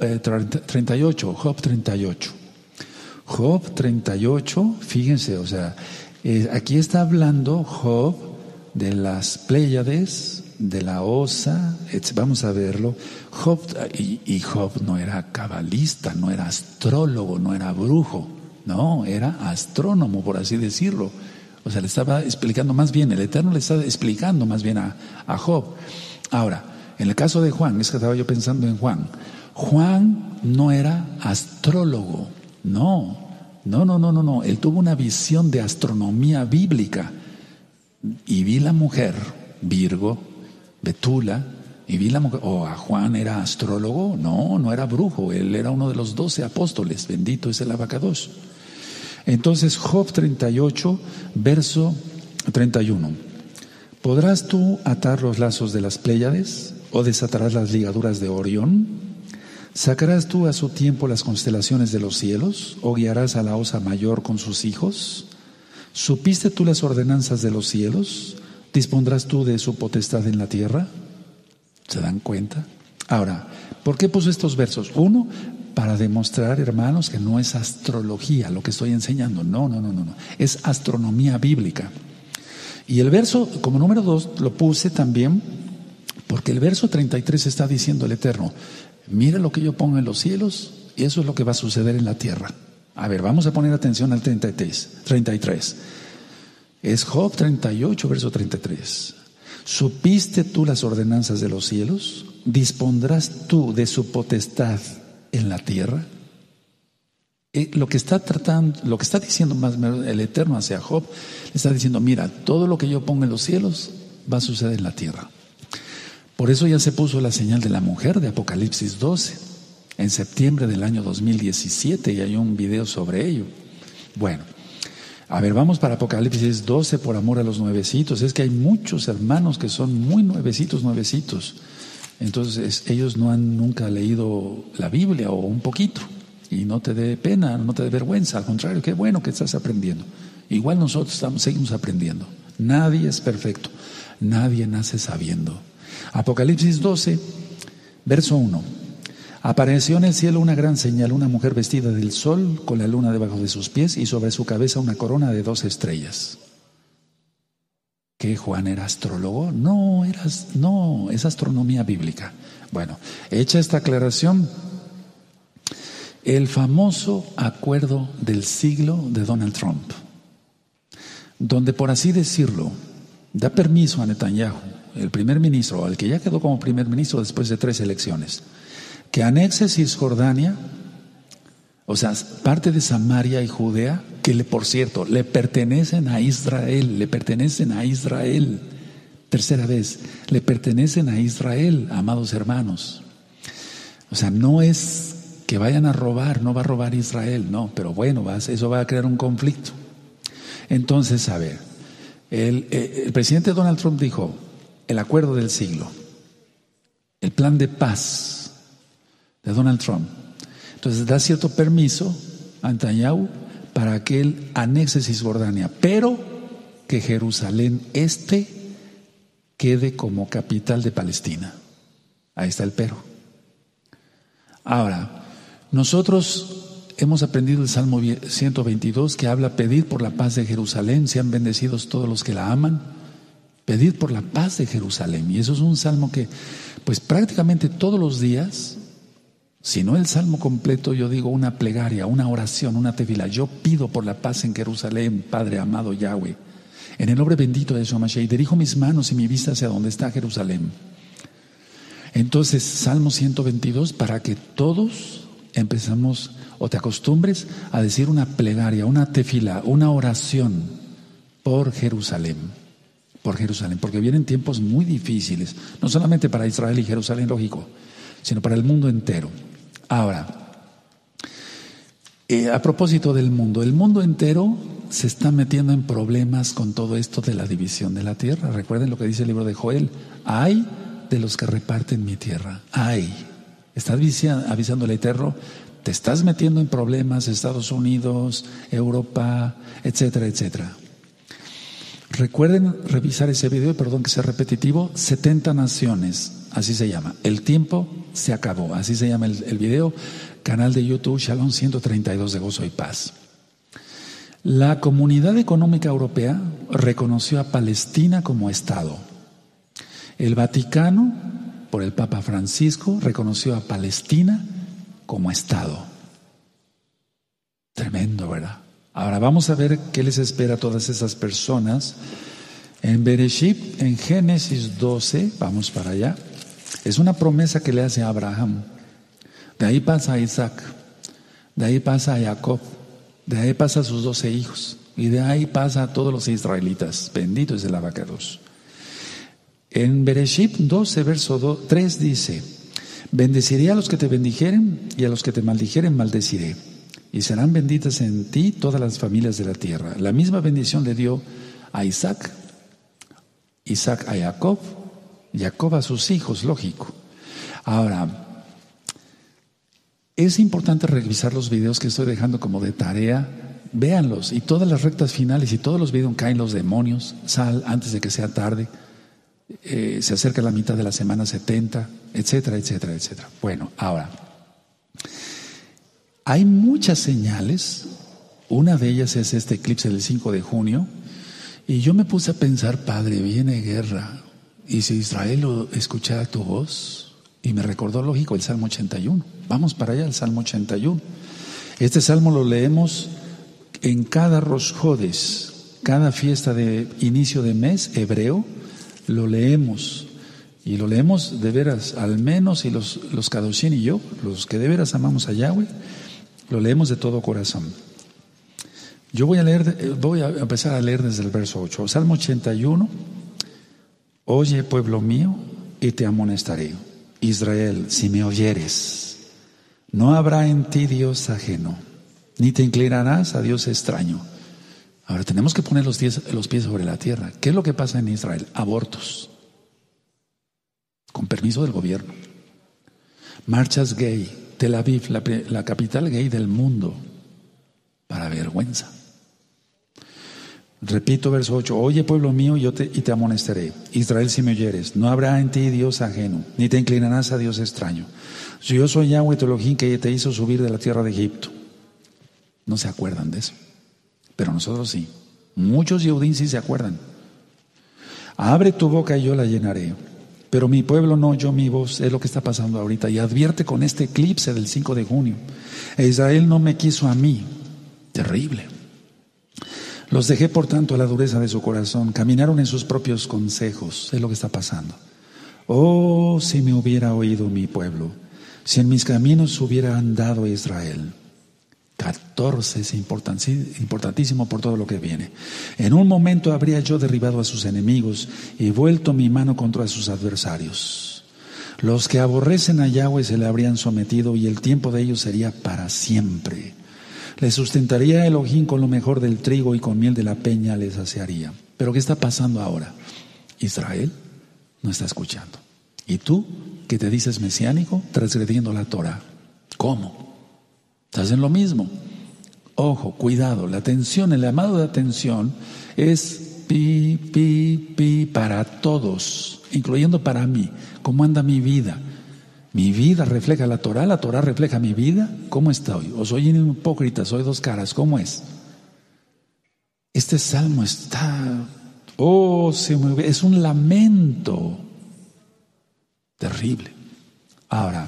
38, Job 38. Job 38, fíjense, o sea, aquí está hablando Job de las Pléyades, de la Osa, vamos a verlo. Job, y Job no era cabalista, no era astrólogo, no era brujo, no, era astrónomo, por así decirlo. O sea, le estaba explicando más bien, el Eterno le estaba explicando más bien a Job. Ahora, en el caso de Juan, es que estaba yo pensando en Juan. Juan no era astrólogo, no. Él tuvo una visión de astronomía bíblica. Y vi la mujer, Virgo, Betula, y vi la mujer. ¿A Juan era astrólogo? No era brujo, él era uno de los 12 apóstoles, bendito es el Abacados. Entonces, Job 38, verso 31. ¿Podrás tú atar los lazos de las Pléyades o desatarás las ligaduras de Orión? ¿Sacarás tú a su tiempo las constelaciones de los cielos o guiarás a la Osa Mayor con sus hijos? ¿Supiste tú las ordenanzas de los cielos? ¿Dispondrás tú de su potestad en la tierra? ¿Se dan cuenta? Ahora, ¿por qué puso estos versos? Uno, para demostrar, hermanos, que no es astrología lo que estoy enseñando. No. Es astronomía bíblica. Y el verso, como número 2, lo puse también porque el verso 33 está diciendo el Eterno, mira lo que yo pongo en los cielos y eso es lo que va a suceder en la tierra. A ver, vamos a poner atención al 33. Es Job 38, verso 33. ¿Supiste tú las ordenanzas de los cielos? ¿Dispondrás tú de su potestad en la tierra? Lo que está diciendo más el Eterno hacia Job, le está diciendo, mira, todo lo que yo pongo en los cielos va a suceder en la tierra. Por eso ya se puso la señal de la mujer de Apocalipsis 12, en septiembre del año 2017, y hay un video sobre ello. Bueno, a ver, vamos para Apocalipsis 12, por amor a los nuevecitos. Es que hay muchos hermanos que son muy nuevecitos. Entonces ellos no han nunca leído la Biblia o un poquito. Y no te dé pena, no te dé vergüenza. Al contrario, qué bueno que estás aprendiendo. Igual nosotros seguimos aprendiendo. Nadie es perfecto. Nadie nace sabiendo. Apocalipsis 12, verso 1. Apareció en el cielo una gran señal, una mujer vestida del sol, con la luna debajo de sus pies y sobre su cabeza una corona de 12 estrellas. ¿Qué, Juan era astrólogo? No, es astronomía bíblica. Bueno, hecha esta aclaración, el famoso acuerdo del siglo de Donald Trump, donde, por así decirlo, da permiso a Netanyahu, el primer ministro, al que ya quedó como primer ministro después de 3 elecciones, que anexe Cisjordania, o sea, parte de Samaria y Judea, que por cierto, le pertenecen a Israel. Tercera vez, le pertenecen a Israel, amados hermanos. O sea, no es que vayan a robar, no va a robar Israel, no, pero bueno, eso va a crear un conflicto. Entonces, a ver, el presidente Donald Trump dijo, el acuerdo del siglo, el plan de paz de Donald Trump. Entonces da cierto permiso a Netanyahu para que él anexe Cisjordania, pero que Jerusalén este quede como capital de Palestina. Ahí está el pero. Ahora, nosotros hemos aprendido el Salmo 122 que habla: pedid por la paz de Jerusalén, sean bendecidos todos los que la aman. Pedid por la paz de Jerusalén. Y eso es un salmo que, pues prácticamente todos los días, si no el salmo completo, yo digo una plegaria, una oración, una tefila. Yo pido por la paz en Jerusalén, Padre amado Yahweh. En el nombre bendito de Yeshua Mashiach, dirijo mis manos y mi vista hacia donde está Jerusalén. Entonces, Salmo 122, para que todos empezamos o te acostumbres a decir una plegaria, una tefila, una oración por Jerusalén. Por Jerusalén, porque vienen tiempos muy difíciles, no solamente para Israel y Jerusalén, lógico, sino para el mundo entero. Ahora, a propósito del mundo, el mundo entero se está metiendo en problemas con todo esto de la división de la tierra. Recuerden lo que dice el libro de Joel: ay de los que reparten mi tierra, ay. Estás avisando al Eterno, te estás metiendo en problemas, Estados Unidos, Europa, etcétera, etcétera. Recuerden revisar ese video, perdón que sea repetitivo, 70 naciones, así se llama. El tiempo se acabó, así se llama el video, canal de YouTube Shalom 132 de Gozo y Paz. La Comunidad Económica Europea reconoció a Palestina como Estado. El Vaticano, por el Papa Francisco, reconoció a Palestina como Estado. Tremendo, ¿verdad? Ahora vamos a ver qué les espera a todas esas personas. En Bereshit, en Génesis 12, vamos para allá, es una promesa que le hace a Abraham. De ahí pasa a Isaac, de ahí pasa a Jacob, de ahí pasa a sus 12 hijos, y de ahí pasa a todos los israelitas. Bendito es el abacados. En Bereshit 12, verso 3 dice: bendeciré a los que te bendijeren, y a los que te maldijeren maldeciré. Y serán benditas en ti todas las familias de la tierra. La misma bendición le dio a Isaac, Isaac a Jacob, Jacob a sus hijos, lógico. Ahora, es importante revisar los videos que estoy dejando como de tarea. Véanlos, y todas las rectas finales y todos los videos caen los demonios. Sal antes de que sea tarde. Se acerca la mitad de la semana 70, etcétera, etcétera, etcétera. Bueno, ahora, hay muchas señales. Una de ellas es este eclipse del 5 de junio. Y yo me puse a pensar: Padre, viene guerra. ¿Y si Israel escuchara tu voz? Y me recordó, lógico, el Salmo 81. Vamos para allá, el Salmo 81. Este salmo lo leemos en cada Rosh Hodesh, cada fiesta de inicio de mes hebreo, lo leemos. Y lo leemos de veras, al menos, y los Kadoshim y yo, los que de veras amamos a Yahweh, lo leemos de todo corazón. Yo voy a empezar a leer desde el verso 8. Salmo 81. Oye, pueblo mío, y te amonestaré. Israel, si me oyeres, no habrá en ti Dios ajeno, ni te inclinarás a Dios extraño. Ahora tenemos que poner los pies sobre la tierra. ¿Qué es lo que pasa en Israel? Abortos, con permiso del gobierno. Marchas gay. Tel Aviv, la capital gay del mundo, para vergüenza. Repito, verso 8. Oye, pueblo mío, y te amonestaré. Israel, si me oyeres, no habrá en ti Dios ajeno, ni te inclinarás a Dios extraño. Yo soy Yahweh tu Elohim, que te hizo subir de la tierra de Egipto. No se acuerdan de eso, pero nosotros sí. Muchos Yehudim sí se acuerdan. Abre tu boca y yo la llenaré. Pero mi pueblo no oyó mi voz. Es lo que está pasando ahorita. Y advierte con este eclipse del 5 de junio. Israel no me quiso a mí. Terrible. Los dejé por tanto a la dureza de su corazón. Caminaron en sus propios consejos. Es lo que está pasando. Oh, si me hubiera oído mi pueblo. Si en mis caminos hubiera andado Israel. 14 es importantísimo por todo lo que viene. En un momento habría yo derribado a sus enemigos y vuelto mi mano contra sus adversarios. Los que aborrecen a Yahweh se le habrían sometido y el tiempo de ellos sería para siempre. Les sustentaría Elohim con lo mejor del trigo y con miel de la peña les saciaría. Pero ¿qué está pasando ahora? Israel no está escuchando. ¿Y tú, que te dices mesiánico, transgrediendo la Torah? ¿Cómo? Estás en lo mismo. Ojo, cuidado, la atención, el llamado de atención es pi para todos, incluyendo para mí. ¿Cómo anda mi vida? Mi vida refleja la Torah refleja mi vida. ¿Cómo estoy? ¿O soy un hipócrita? ¿Soy dos caras? ¿Cómo es? Este salmo está, es un lamento terrible. Ahora,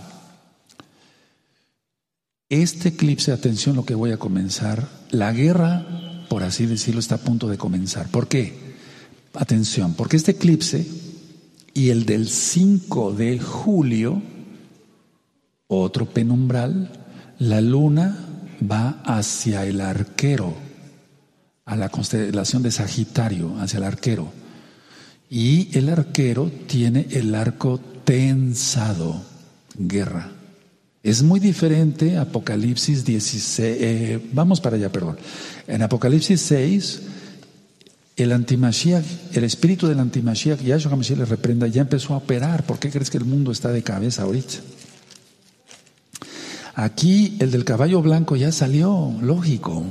este eclipse, atención lo que voy a comenzar, la guerra, por así decirlo, está a punto de comenzar. ¿Por qué? Atención, porque este eclipse y el del 5 de julio, otro penumbral, la luna va hacia el arquero, a la constelación de Sagitario, hacia el arquero. Y el arquero tiene el arco tensado, guerra. Es muy diferente Apocalipsis 16, vamos para allá, perdón. En Apocalipsis 6, el antimashiach, el espíritu del antimashiach, Yahshua HaMashiach le reprenda, ya empezó a operar. ¿Por qué crees que el mundo está de cabeza ahorita? Aquí el del caballo blanco ya salió, lógico.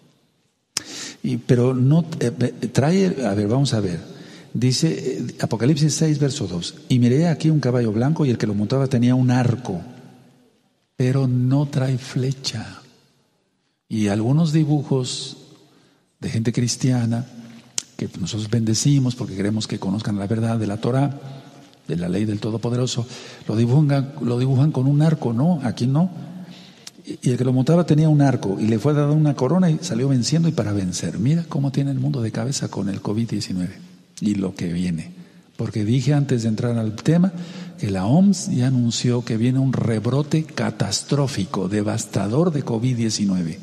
Pero no trae, a ver, vamos a ver. Dice Apocalipsis 6, verso 2. Y miré aquí un caballo blanco y el que lo montaba tenía un arco, pero no trae flecha. Y algunos dibujos de gente cristiana que nosotros bendecimos porque queremos que conozcan la verdad de la Torah, de la ley del Todopoderoso, lo dibujan con un arco, ¿no? Aquí no. Y el que lo montaba tenía un arco y le fue dada una corona y salió venciendo y para vencer. Mira cómo tiene el mundo de cabeza con el COVID-19 y lo que viene. Porque dije antes de entrar al tema que la OMS ya anunció que viene un rebrote catastrófico, devastador de COVID-19.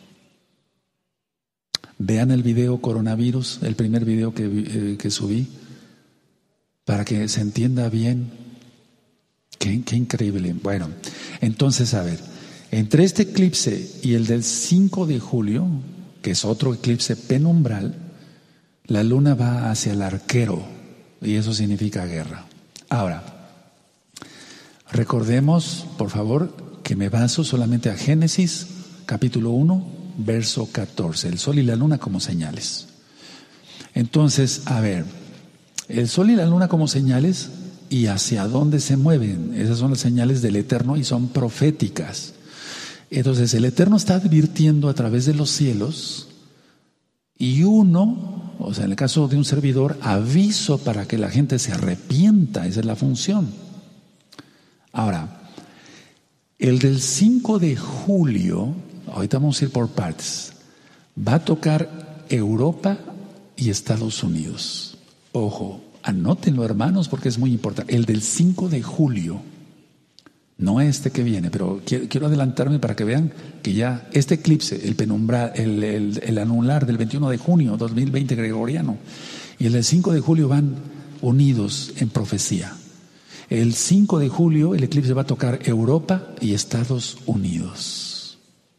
Vean el video coronavirus, el primer video que subí, para que se entienda bien. Qué increíble. Bueno, entonces, a ver. Entre este eclipse y el del 5 de julio, que es otro eclipse penumbral, la luna va hacia el arquero y eso significa guerra. Ahora, recordemos, por favor, que me baso solamente a Génesis, capítulo 1, verso 14, el sol y la luna como señales. Entonces, a ver, el sol y la luna como señales y hacia dónde se mueven, esas son las señales del Eterno y son proféticas. Entonces el Eterno está advirtiendo a través de los cielos y uno, o sea, en el caso de un servidor, aviso para que la gente se arrepienta, esa es la función. Ahora, el del 5 de julio, ahorita vamos a ir por partes, va a tocar Europa y Estados Unidos. Ojo, anótenlo hermanos porque es muy importante. El del 5 de julio. No este que viene, pero quiero adelantarme para que vean que ya este eclipse, el penumbral, el anular del 21 de junio 2020 gregoriano y el del 5 de julio van unidos en profecía. El 5 de julio el eclipse va a tocar Europa y Estados Unidos.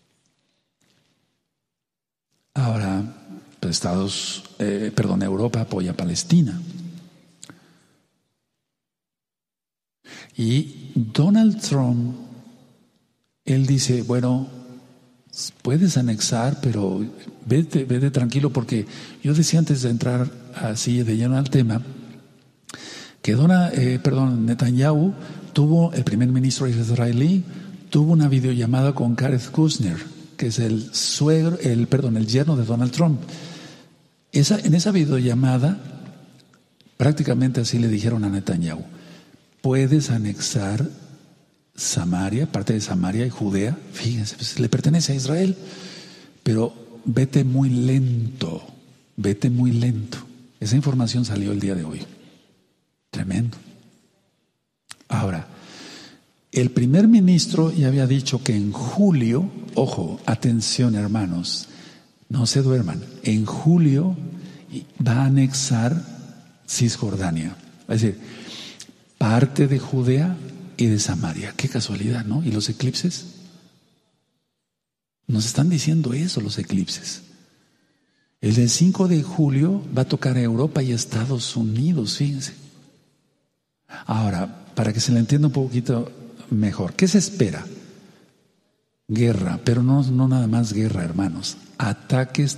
Ahora, pues Europa apoya a Palestina. Y Donald Trump, él dice, bueno, puedes anexar, pero vete tranquilo, porque yo decía antes de entrar así de lleno al tema, que Netanyahu tuvo, el primer ministro israelí, tuvo una videollamada con Jared Kushner, que es el yerno de Donald Trump. En esa videollamada, prácticamente así le dijeron a Netanyahu: puedes anexar Samaria, parte de Samaria y Judea, fíjense, pues, le pertenece a Israel, pero vete muy lento. Esa información salió el día de hoy. Tremendo. Ahora, el primer ministro ya había dicho que en julio, ojo, atención hermanos, no se duerman, en julio va a anexar Cisjordania, es decir, parte de Judea y de Samaria. Qué casualidad, ¿no? ¿Y los eclipses? Nos están diciendo eso los eclipses. El del 5 de julio va a tocar a Europa y Estados Unidos, fíjense. Ahora, para que se le entienda un poquito mejor, ¿qué se espera? Guerra, pero no nada más guerra, hermanos. Ataques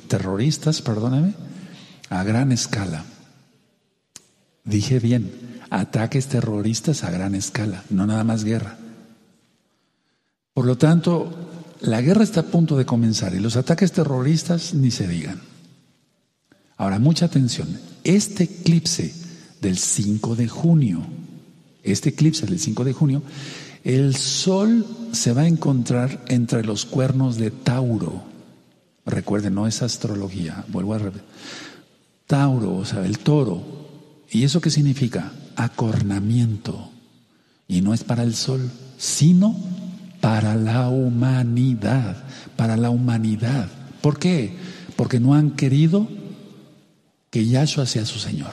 terroristas, perdóname, a gran escala. Dije bien, ataques terroristas a gran escala, no nada más guerra. Por lo tanto, la guerra está a punto de comenzar y los ataques terroristas ni se digan. Ahora, mucha atención. Este eclipse del 5 de junio, el Sol se va a encontrar entre los cuernos de Tauro. Recuerden, no es astrología, vuelvo a repetir. Tauro, o sea, el toro. ¿Y eso qué significa? Acornamiento. Y no es para el Sol, sino para la humanidad. Para la humanidad. ¿Por qué? Porque no han querido que Yahshua sea su Señor.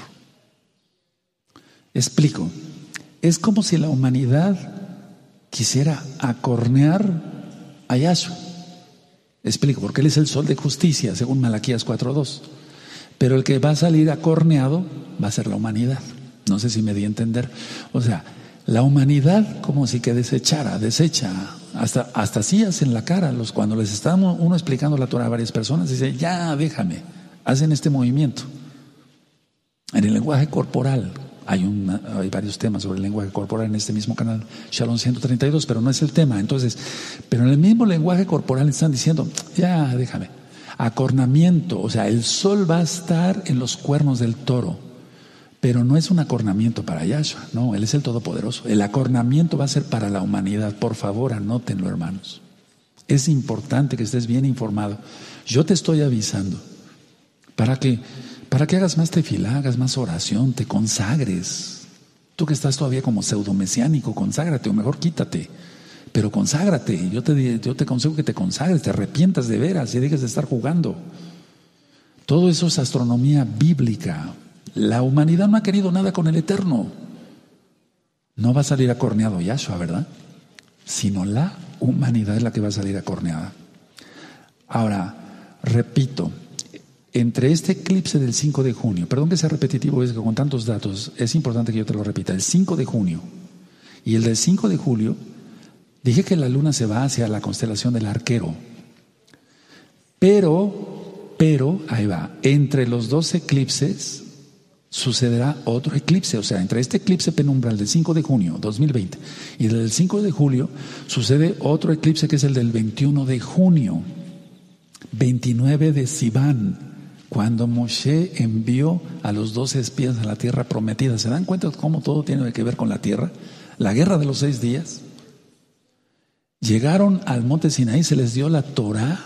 Explico. Es como si la humanidad quisiera acornear a Yahshua. Explico, porque Él es el sol de justicia, según Malaquías 4:2. Pero el que va a salir acorneado va a ser la humanidad. No sé si me di a entender. O sea, la humanidad como si que desecha. Hasta así hacen la cara. Cuando les está uno explicando la Torah a varias personas, dice, ya, déjame. Hacen este movimiento. En el lenguaje corporal. Hay varios temas sobre el lenguaje corporal en este mismo canal, Shalom 132, pero no es el tema. Entonces, pero en el mismo lenguaje corporal están diciendo, ya, déjame. Acornamiento, o sea, el sol va a estar en los cuernos del toro, pero no es un acornamiento para Yahshua, no, Él es el Todopoderoso. El acornamiento va a ser para la humanidad. Por favor, anótenlo, hermanos. Es importante que estés bien informado. Yo te estoy avisando para que hagas más tefilá, hagas más oración, te consagres. Tú que estás todavía como pseudomesiánico, conságrate, o mejor quítate, pero conságrate. Yo te aconsejo que te consagres, te arrepientas de veras y dejes de estar jugando. Todo eso es astronomía bíblica. La humanidad no ha querido nada con el Eterno. No va a salir acorneado Yahshua, ¿verdad? Sino la humanidad es la que va a salir acorneada. Ahora, repito, entre este eclipse del 5 de junio, perdón que sea repetitivo, es que con tantos datos es importante que yo te lo repita, el 5 de junio y el del 5 de julio, dije que la luna se va hacia la constelación del Arquero, pero, ahí va, entre los dos eclipses sucederá otro eclipse, o sea, entre este eclipse penumbral del 5 de junio 2020 y el del 5 de julio sucede otro eclipse que es el del 21 de junio, 29 de Sivan, cuando Moshe envió a los 12 espías a la tierra prometida. ¿Se dan cuenta cómo todo tiene que ver con la tierra? La guerra de los 6 días. Llegaron al monte Sinaí, se les dio la Torah,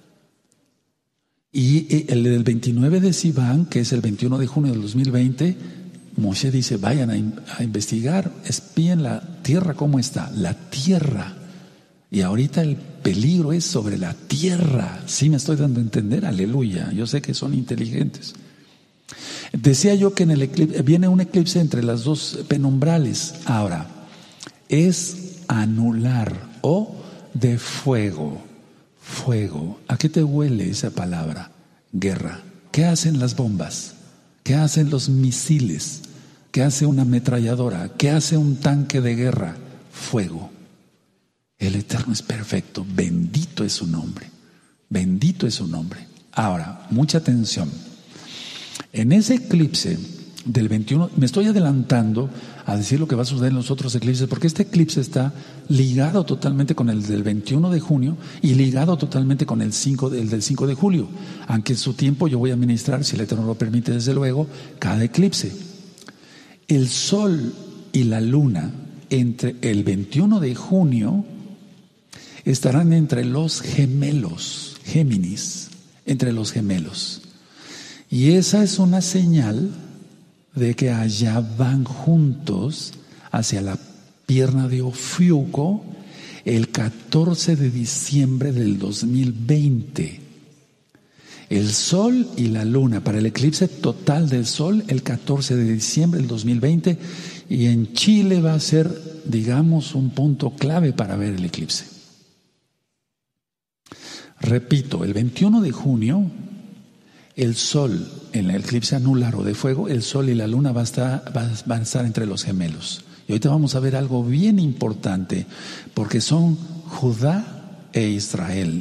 y el del 29 de Sivan, que es el 21 de junio del 2020, Moshe dice, vayan a investigar, espíen la tierra cómo está, la tierra. Y ahorita el peligro es sobre la tierra. Sí me estoy dando a entender, aleluya. Yo sé que son inteligentes. Decía yo que en el eclipse viene un eclipse entre las dos penumbrales. Ahora, es anular o de fuego. Fuego. ¿A qué te huele esa palabra? Guerra. ¿Qué hacen las bombas? ¿Qué hacen los misiles? ¿Qué hace una ametralladora? ¿Qué hace un tanque de guerra? Fuego. El Eterno es perfecto, bendito es su nombre, bendito es su nombre. Ahora, mucha atención. En ese eclipse del 21, me estoy adelantando a decir lo que va a suceder en los otros eclipses, porque este eclipse está ligado totalmente con el del 21 de junio y ligado totalmente con el del 5 de julio, aunque en su tiempo yo voy a ministrar, si el Eterno lo permite, desde luego, cada eclipse. El Sol y la Luna entre el 21 de junio estarán entre los gemelos, Géminis, entre los gemelos. Y esa es una señal de que allá van juntos hacia la pierna de Ofiuco el 14 de diciembre del 2020. El Sol y la Luna, para el eclipse total del Sol, el 14 de diciembre del 2020, y en Chile va a ser, digamos, un punto clave para ver el eclipse. Repito, el 21 de junio, el Sol, en el eclipse anular o de fuego, el Sol y la Luna van a estar entre los gemelos. Y ahorita vamos a ver algo bien importante, porque son Judá e Israel.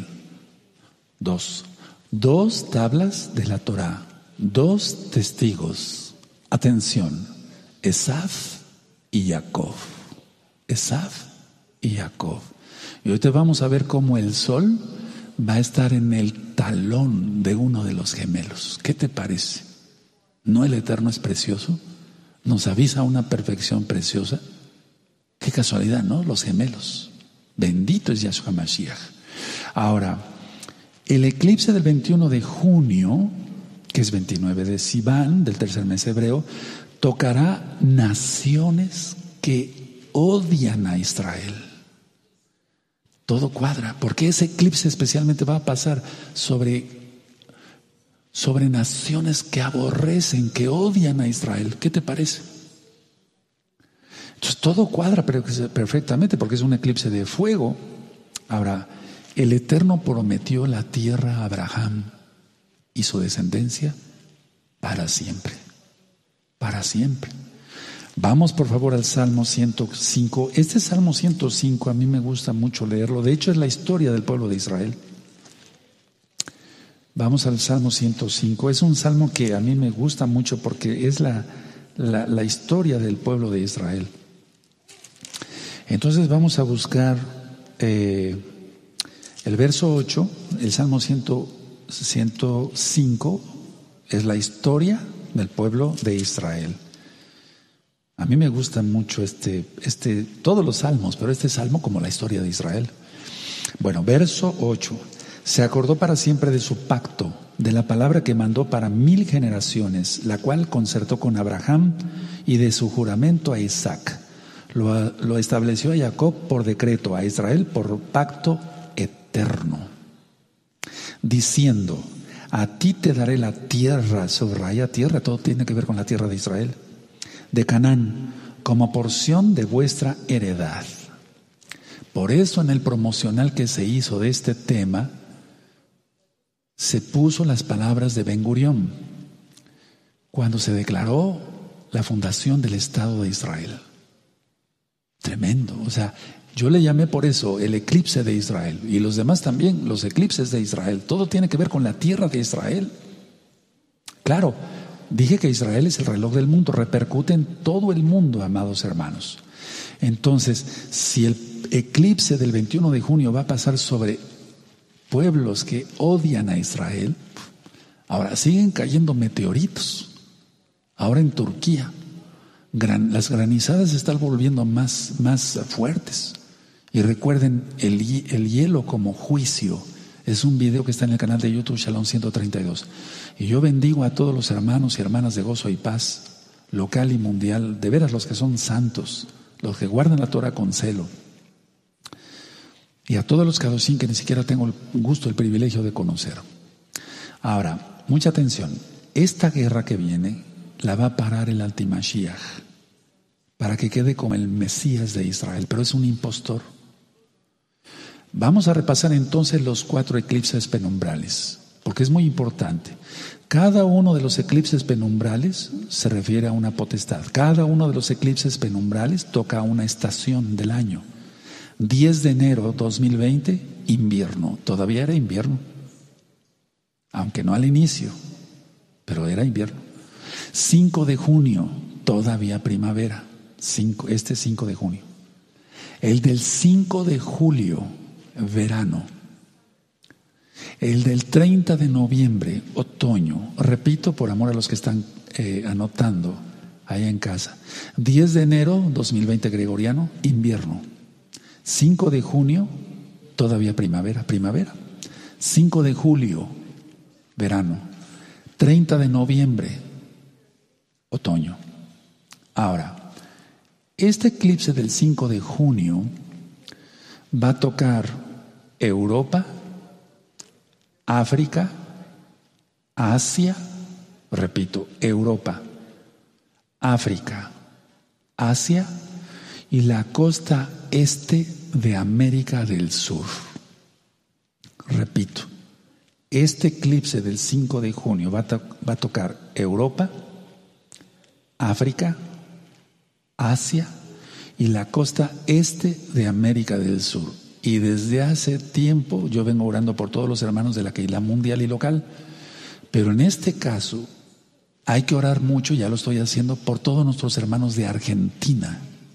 Dos tablas de la Torah, 2 testigos. Atención, Esaf y Jacob. Esav y Jacob. Y ahorita vamos a ver cómo el sol va a estar en el talón de uno de los gemelos. ¿Qué te parece? ¿No el Eterno es precioso? Nos avisa una perfección preciosa. Qué casualidad, ¿no? Los gemelos. Bendito es Yahshua Mashiach. Ahora, el eclipse del 21 de junio, que es 29 de Sivan, del tercer mes hebreo, tocará naciones que odian a Israel. Todo cuadra, porque ese eclipse especialmente va a pasar sobre naciones que aborrecen, que odian a Israel. ¿Qué te parece? Entonces todo cuadra perfectamente porque es un eclipse de fuego. Ahora, el Eterno prometió la tierra a Abraham y su descendencia para siempre. Para siempre. Vamos por favor al Salmo 105. Este Salmo 105 a mí me gusta mucho leerlo. De hecho es la historia del pueblo de Israel. Vamos al Salmo 105. Es un salmo que a mí me gusta mucho porque es la historia del pueblo de Israel. Entonces vamos a buscar el verso 8, el Salmo 105 es la historia del pueblo de Israel. A mí me gustan mucho todos los salmos, pero este salmo como la historia de Israel. Bueno, verso 8. Se acordó para siempre de su pacto, de la palabra que mandó para 1000 generaciones, la cual concertó con Abraham, y de su juramento a Isaac. Lo estableció a Jacob por decreto, a Israel por pacto eterno, diciendo: a ti te daré la tierra, subraya tierra, todo tiene que ver con la tierra de Israel, de Canaán, como porción de vuestra heredad. Por eso en el promocional que se hizo de este tema, se puso las palabras de Ben Gurión, cuando se declaró la fundación del Estado de Israel. Tremendo, o sea, yo le llamé por eso el eclipse de Israel, y los demás también, los eclipses de Israel. Todo tiene que ver con la tierra de Israel. Claro, dije que Israel es el reloj del mundo, repercute en todo el mundo, amados hermanos. Entonces, si el eclipse del 21 de junio va a pasar sobre pueblos que odian a Israel, ahora siguen cayendo meteoritos. Ahora en Turquía, las granizadas se están volviendo más fuertes. Y recuerden, el hielo como juicio. Es un video que está en el canal de YouTube Shalom 132. Y yo bendigo a todos los hermanos y hermanas de Gozo y Paz, local y mundial, de veras los que son santos, los que guardan la Torah con celo. Y a todos los Kadoshim que ni siquiera tengo el gusto, el privilegio de conocer. Ahora, mucha atención. Esta guerra que viene la va a parar el Antimashiach para que quede como el Mesías de Israel, pero es un impostor. Vamos a repasar entonces los 4 eclipses penumbrales, porque es muy importante. Cada uno de los eclipses penumbrales se refiere a una potestad. Cada uno de los eclipses penumbrales toca una estación del año. 10 de enero 2020, invierno. Todavía era invierno, aunque no al inicio, pero era invierno. 5 de junio, todavía primavera. 5 de junio. El del 5 de julio, verano. El del 30 de noviembre, otoño. Repito, por amor a los que están anotando allá en casa. 10 de enero 2020 gregoriano, invierno. 5 de junio, todavía primavera. 5 de julio, verano. 30 de noviembre, otoño. Ahora, este eclipse del 5 de junio va a tocar Europa, África, Asia, repito, Europa, África, Asia y la costa este de América del Sur. Repito, este eclipse del 5 de junio va a tocar Europa, África, Asia y la costa este de América del Sur. Y desde hace tiempo yo vengo orando por todos los hermanos de la Keilah mundial y local, pero en este caso hay que orar mucho, ya lo estoy haciendo, por todos nuestros hermanos de Argentina,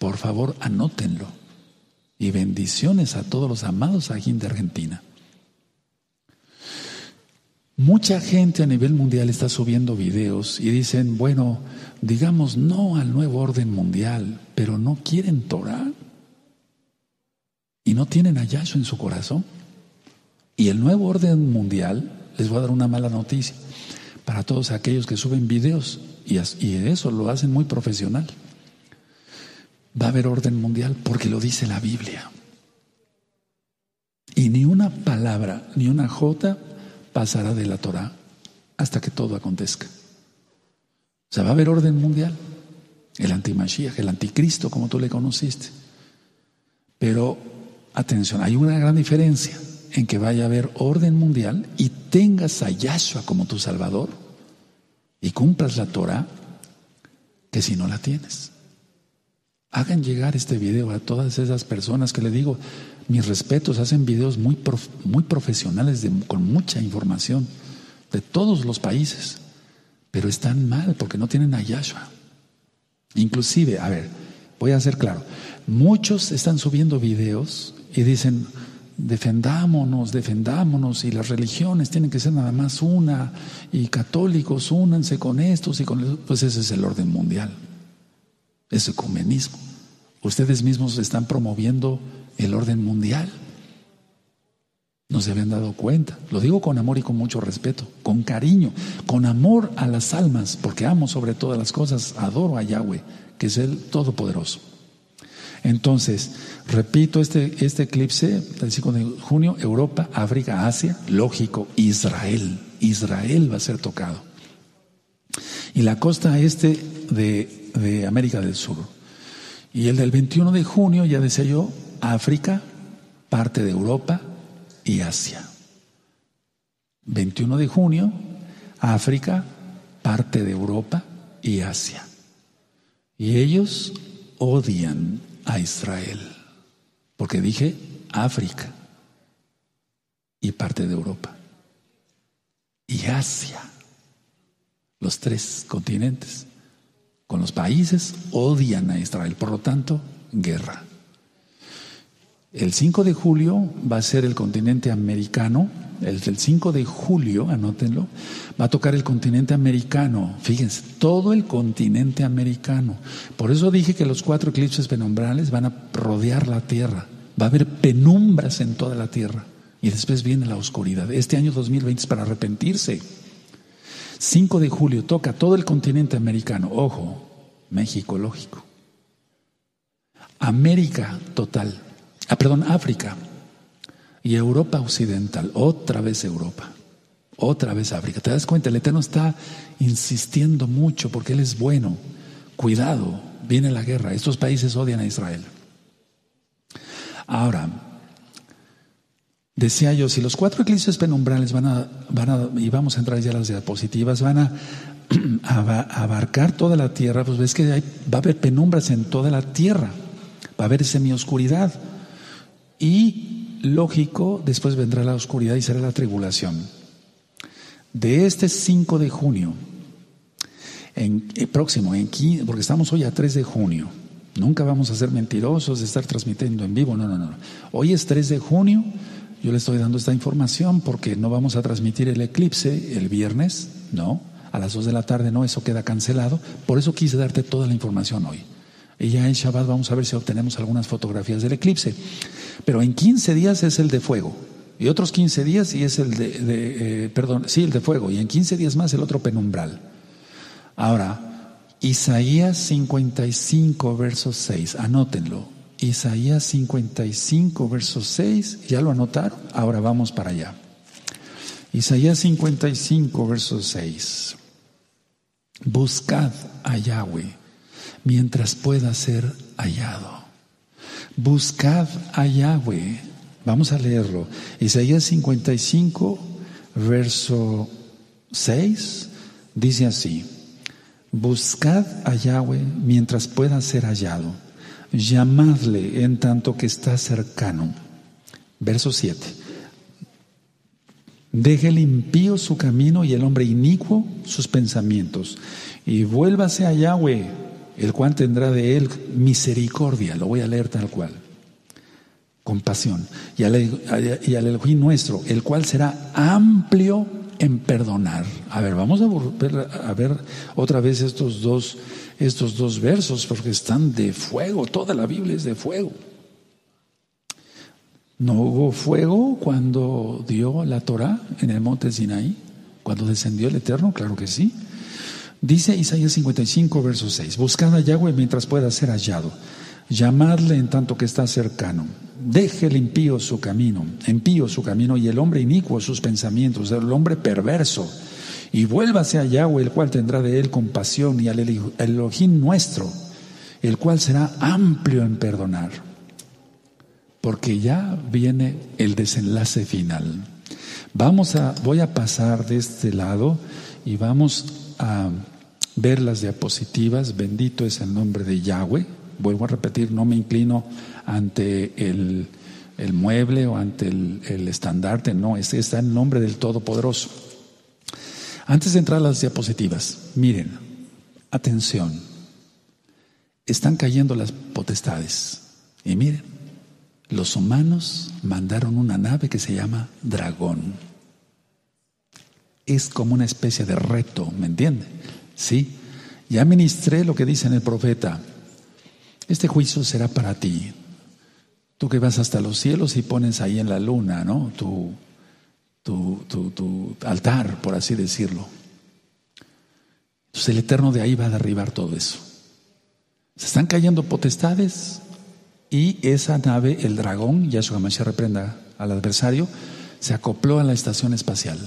Por favor, anótenlo. Y bendiciones a todos los amados aquí de Argentina. Mucha gente a nivel mundial está subiendo videos y dicen, bueno, digamos no al nuevo orden mundial, pero no quieren Torah y no tienen a Yahshua en su corazón. Y el nuevo orden mundial, les voy a dar una mala noticia para todos aquellos que suben videos y eso lo hacen muy profesional. Va a haber orden mundial porque lo dice la Biblia. Y ni una palabra, ni una jota pasará de la Torah hasta que todo acontezca. O sea, va a haber orden mundial. El antimashiach, el anticristo, como tú le conociste. Pero, atención, hay una gran diferencia en que vaya a haber orden mundial y tengas a Yahshua como tu Salvador y cumplas la Torah, que si no la tienes. Hagan llegar este video a todas esas personas que le digo, mis respetos, hacen videos muy profesionales con mucha información de todos los países, pero están mal porque no tienen a Yahshua. Inclusive, a ver, voy a ser claro, muchos están subiendo videos y dicen, defendámonos y las religiones tienen que ser nada más una y católicos únanse con estos y con eso. Pues ese es el orden mundial, es ecumenismo. Ustedes mismos están promoviendo el orden mundial. No se habían dado cuenta. Lo digo con amor y con mucho respeto, con cariño, con amor a las almas, porque amo sobre todas las cosas, adoro a Yahweh, que es el Todopoderoso. Entonces, repito, este eclipse del 5 de junio, Europa, África, Asia, lógico, Israel va a ser tocado. Y la costa este de América del Sur. Y el del 21 de junio, ya decía yo, África, parte de Europa y Asia. 21 de junio, África, parte de Europa y Asia. Y ellos odian a Israel, porque dije África y parte de Europa y Asia, los tres continentes. Con los países odian a Israel, por lo tanto, guerra. El 5 de julio va a ser el continente americano. El 5 de julio, anótenlo, va a tocar el continente americano. Fíjense, todo el continente americano. Por eso dije que los 4 eclipses penumbrales van a rodear la tierra. Va a haber penumbras en toda la tierra. Y después viene la oscuridad. Este año 2020 es para arrepentirse. 5 de julio toca todo el continente americano. Ojo, México, lógico. América total. África. Y Europa occidental. Otra vez Europa. Otra vez África. ¿Te das cuenta? El Eterno está insistiendo mucho porque Él es bueno. Cuidado, viene la guerra. Estos países odian a Israel. Ahora, decía yo, si los 4 eclipses penumbrales y vamos a entrar ya a las diapositivas, van a abarcar toda la tierra, pues ves que va a haber penumbras en toda la tierra, va a haber semioscuridad y lógico, después vendrá la oscuridad y será la tribulación. De este 5 de junio, próximo, porque estamos hoy a 3 de junio, nunca vamos a ser mentirosos de estar transmitiendo en vivo, no. Hoy es 3 de junio. Yo le estoy dando esta información porque no vamos a transmitir el eclipse el viernes, no, a las 2 de la tarde, no, eso queda cancelado. Por eso quise darte toda la información hoy. Y ya en Shabbat vamos a ver si obtenemos algunas fotografías del eclipse. Pero en 15 días es el de fuego. Y otros 15 días y es el el de fuego. Y en 15 días más el otro penumbral. Ahora, Isaías 55, verso 6, anótenlo. Isaías 55, verso 6, ¿ya lo anotaron? Ahora vamos para allá. Isaías 55, verso 6. Buscad a Yahweh mientras pueda ser hallado. Buscad a Yahweh. Vamos a leerlo. Isaías 55, verso 6, dice así: buscad a Yahweh mientras pueda ser hallado. Llamadle en tanto que está cercano. Verso 7. Deje el impío su camino y el hombre inicuo sus pensamientos, y vuélvase a Yahweh, el cual tendrá de él misericordia, lo voy a leer tal cual, compasión, y al Elohim nuestro, el cual será amplio en perdonar. A ver, vamos a volver a ver otra vez estos dos versos, porque están de fuego, toda la Biblia es de fuego. ¿No hubo fuego cuando dio la Torá en el monte Sinaí? ¿Cuando descendió el Eterno? Claro que sí. Dice Isaías 55, verso 6: buscad a Yahweh mientras pueda ser hallado, llamadle en tanto que está cercano. Deje el impío su camino, y el hombre inicuo sus pensamientos, el hombre perverso, y vuélvase a Yahweh, el cual tendrá de él compasión, y al Elohim nuestro, el cual será amplio en perdonar. Porque ya viene el desenlace final. Voy a pasar de este lado y vamos a ver las diapositivas. Bendito es el nombre de Yahweh. Vuelvo a repetir, no me inclino ante el mueble o ante el estandarte, no, está el nombre del Todopoderoso. Antes de entrar a las diapositivas, miren, atención, están cayendo las potestades. Y miren, los humanos mandaron una nave que se llama Dragón. Es como una especie de reto, ¿me entiende? Sí, ya ministré lo que dice en el profeta. Este juicio será para ti. Tú que vas hasta los cielos y pones ahí en la luna, ¿no? Tu altar, por así decirlo. Entonces el Eterno de ahí va a derribar todo eso. Se están cayendo potestades y esa nave, el Dragón, Yahshua Mashiach reprenda al adversario, se acopló a la estación espacial.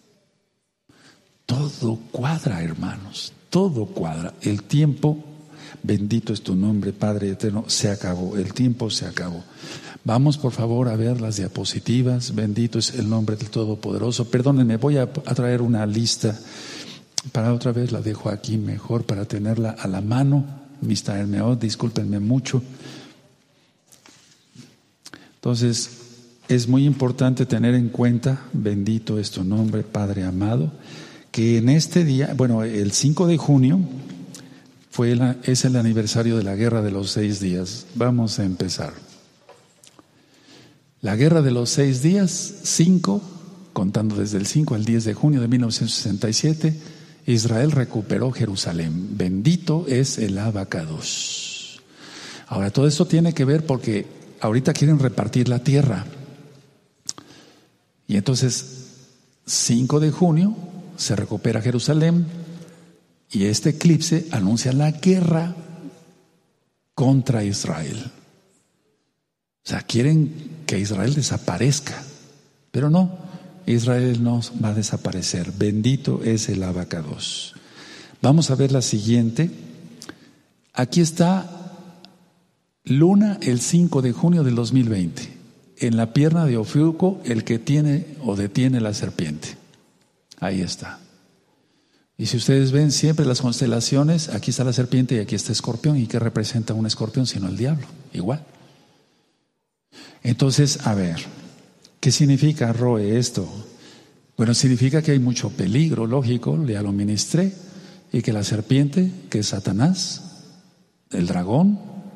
Todo cuadra, hermanos, todo cuadra. El tiempo, bendito es tu nombre, Padre eterno, se acabó, el tiempo se acabó. Vamos por favor a ver las diapositivas. Bendito es el nombre del Todopoderoso. Perdónenme, voy a traer una lista para otra vez, la dejo aquí mejor para tenerla a la mano. Mr. Meod, discúlpenme mucho. Entonces, es muy importante tener en cuenta, bendito es tu nombre, Padre amado, que en este día, bueno, el 5 de junio es el aniversario de la Guerra de los 6 días. Vamos a empezar. La Guerra de los 6 días, 5, contando desde el 5 al 10 de junio de 1967, Israel recuperó Jerusalén. Bendito es el Abacados. Ahora, todo esto tiene que ver porque ahorita quieren repartir la tierra. Y entonces, 5 de junio se recupera Jerusalén y este eclipse anuncia la guerra contra Israel. O sea, quieren que Israel desaparezca, pero no, Israel no va a desaparecer. Bendito es el Abacados. Vamos a ver la siguiente. Aquí está Luna el 5 de junio del 2020. En la pierna de Ofiuco, el que tiene o detiene la serpiente. Ahí está. Y si ustedes ven siempre las constelaciones, aquí está la serpiente y aquí está Escorpión. ¿Y qué representa un escorpión sino el diablo? Igual. Entonces, a ver, ¿qué significa, Roe, esto? Bueno, significa que hay mucho peligro, lógico, ya lo ministré, y que la serpiente, que es Satanás, el dragón,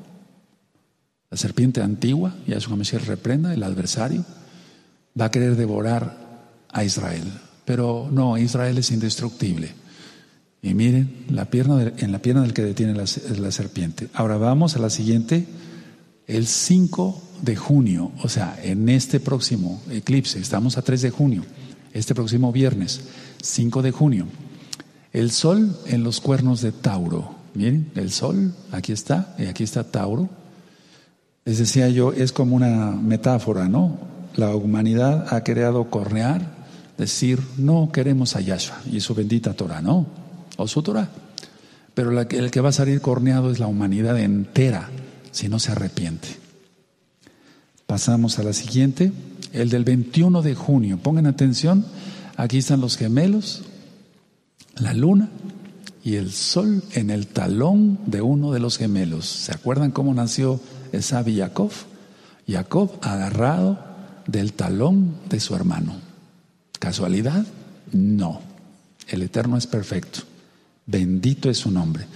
la serpiente antigua, Yahshua Mashiach reprenda, el adversario, va a querer devorar a Israel. Pero no, Israel es indestructible. Y miren, en la pierna del que detiene la serpiente. Ahora vamos a la siguiente, el 5 de junio, o sea, en este próximo eclipse, estamos a 3 de junio, este próximo viernes, 5 de junio, el sol en los cuernos de Tauro. Miren, el sol, aquí está, y aquí está Tauro. Les decía yo, es como una metáfora, ¿no? La humanidad ha querido cornear, decir, no queremos a Yahshua y su bendita Torah, ¿no? O su Torah. Pero el que va a salir corneado es la humanidad entera, si no se arrepiente. Pasamos a la siguiente, el del 21 de junio. Pongan atención, aquí están los gemelos, la luna y el sol en el talón de uno de los gemelos. ¿Se acuerdan cómo nació Esaú y Jacob? Jacob agarrado del talón de su hermano. ¿Casualidad? No. El Eterno es perfecto. Bendito es su nombre.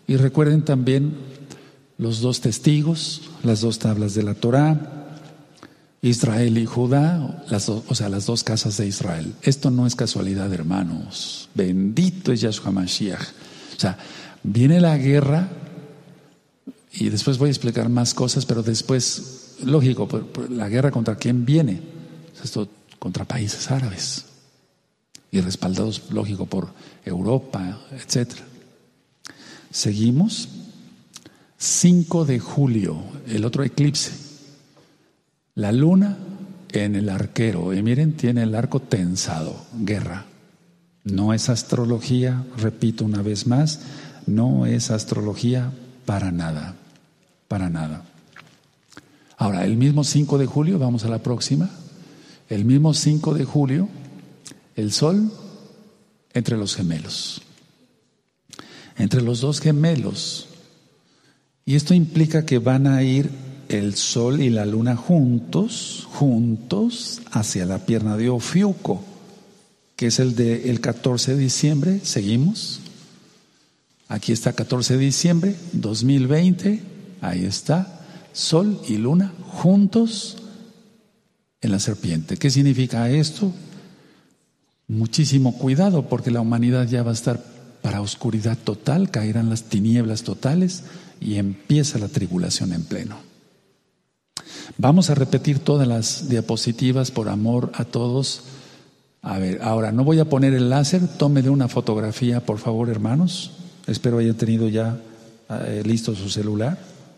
Y recuerden también los 2 testigos, las 2 tablas de la Torá, Israel y Judá, las 2 casas de Israel. Esto no es casualidad, hermanos. Bendito es Yahshua Mashiach. O sea, viene la guerra y después voy a explicar más cosas, pero después, lógico, la guerra contra quién viene. Esto contra países árabes y respaldados, lógico, por Europa, etcétera. Seguimos. 5 de julio, el otro eclipse. La luna en el arquero, y miren, tiene el arco tensado, guerra. No es astrología, repito una vez más, no es astrología para nada, para nada. Ahora, el mismo 5 de julio, vamos a la próxima, el mismo 5 de julio, el sol entre los gemelos, entre los 2 gemelos, y esto implica que van a ir el sol y la luna juntos hacia la pierna de Ofiuco, que es el 14 de diciembre. Seguimos. Aquí está 14 de diciembre 2020. Ahí está. Sol y luna juntos en la serpiente. ¿Qué significa esto? Muchísimo cuidado, porque la humanidad ya va a estar para oscuridad total, caerán las tinieblas totales y empieza la tribulación en pleno. Vamos a repetir todas las diapositivas por amor a todos. A ver, ahora no voy a poner el láser, tómele una fotografía, por favor, hermanos. Espero hayan tenido ya listo su celular.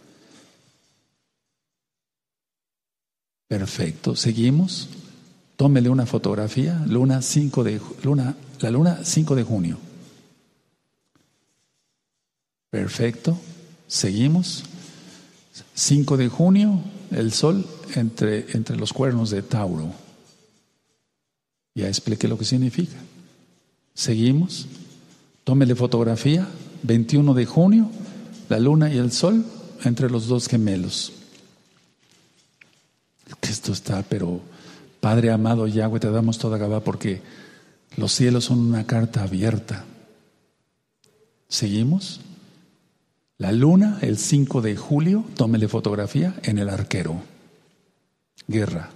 Perfecto, seguimos. Tómele una fotografía, la luna 5 de junio. Perfecto, seguimos. 5 de junio, el sol entre los cuernos de Tauro. Ya expliqué lo que significa. Seguimos. Tómele fotografía. 21 de junio, la luna y el sol entre los 2 gemelos. Esto está, pero Padre amado Yahweh, te damos toda Gabá porque los cielos son una carta abierta. Seguimos. La luna, el 5 de julio, tómele fotografía en el arquero. Guerra.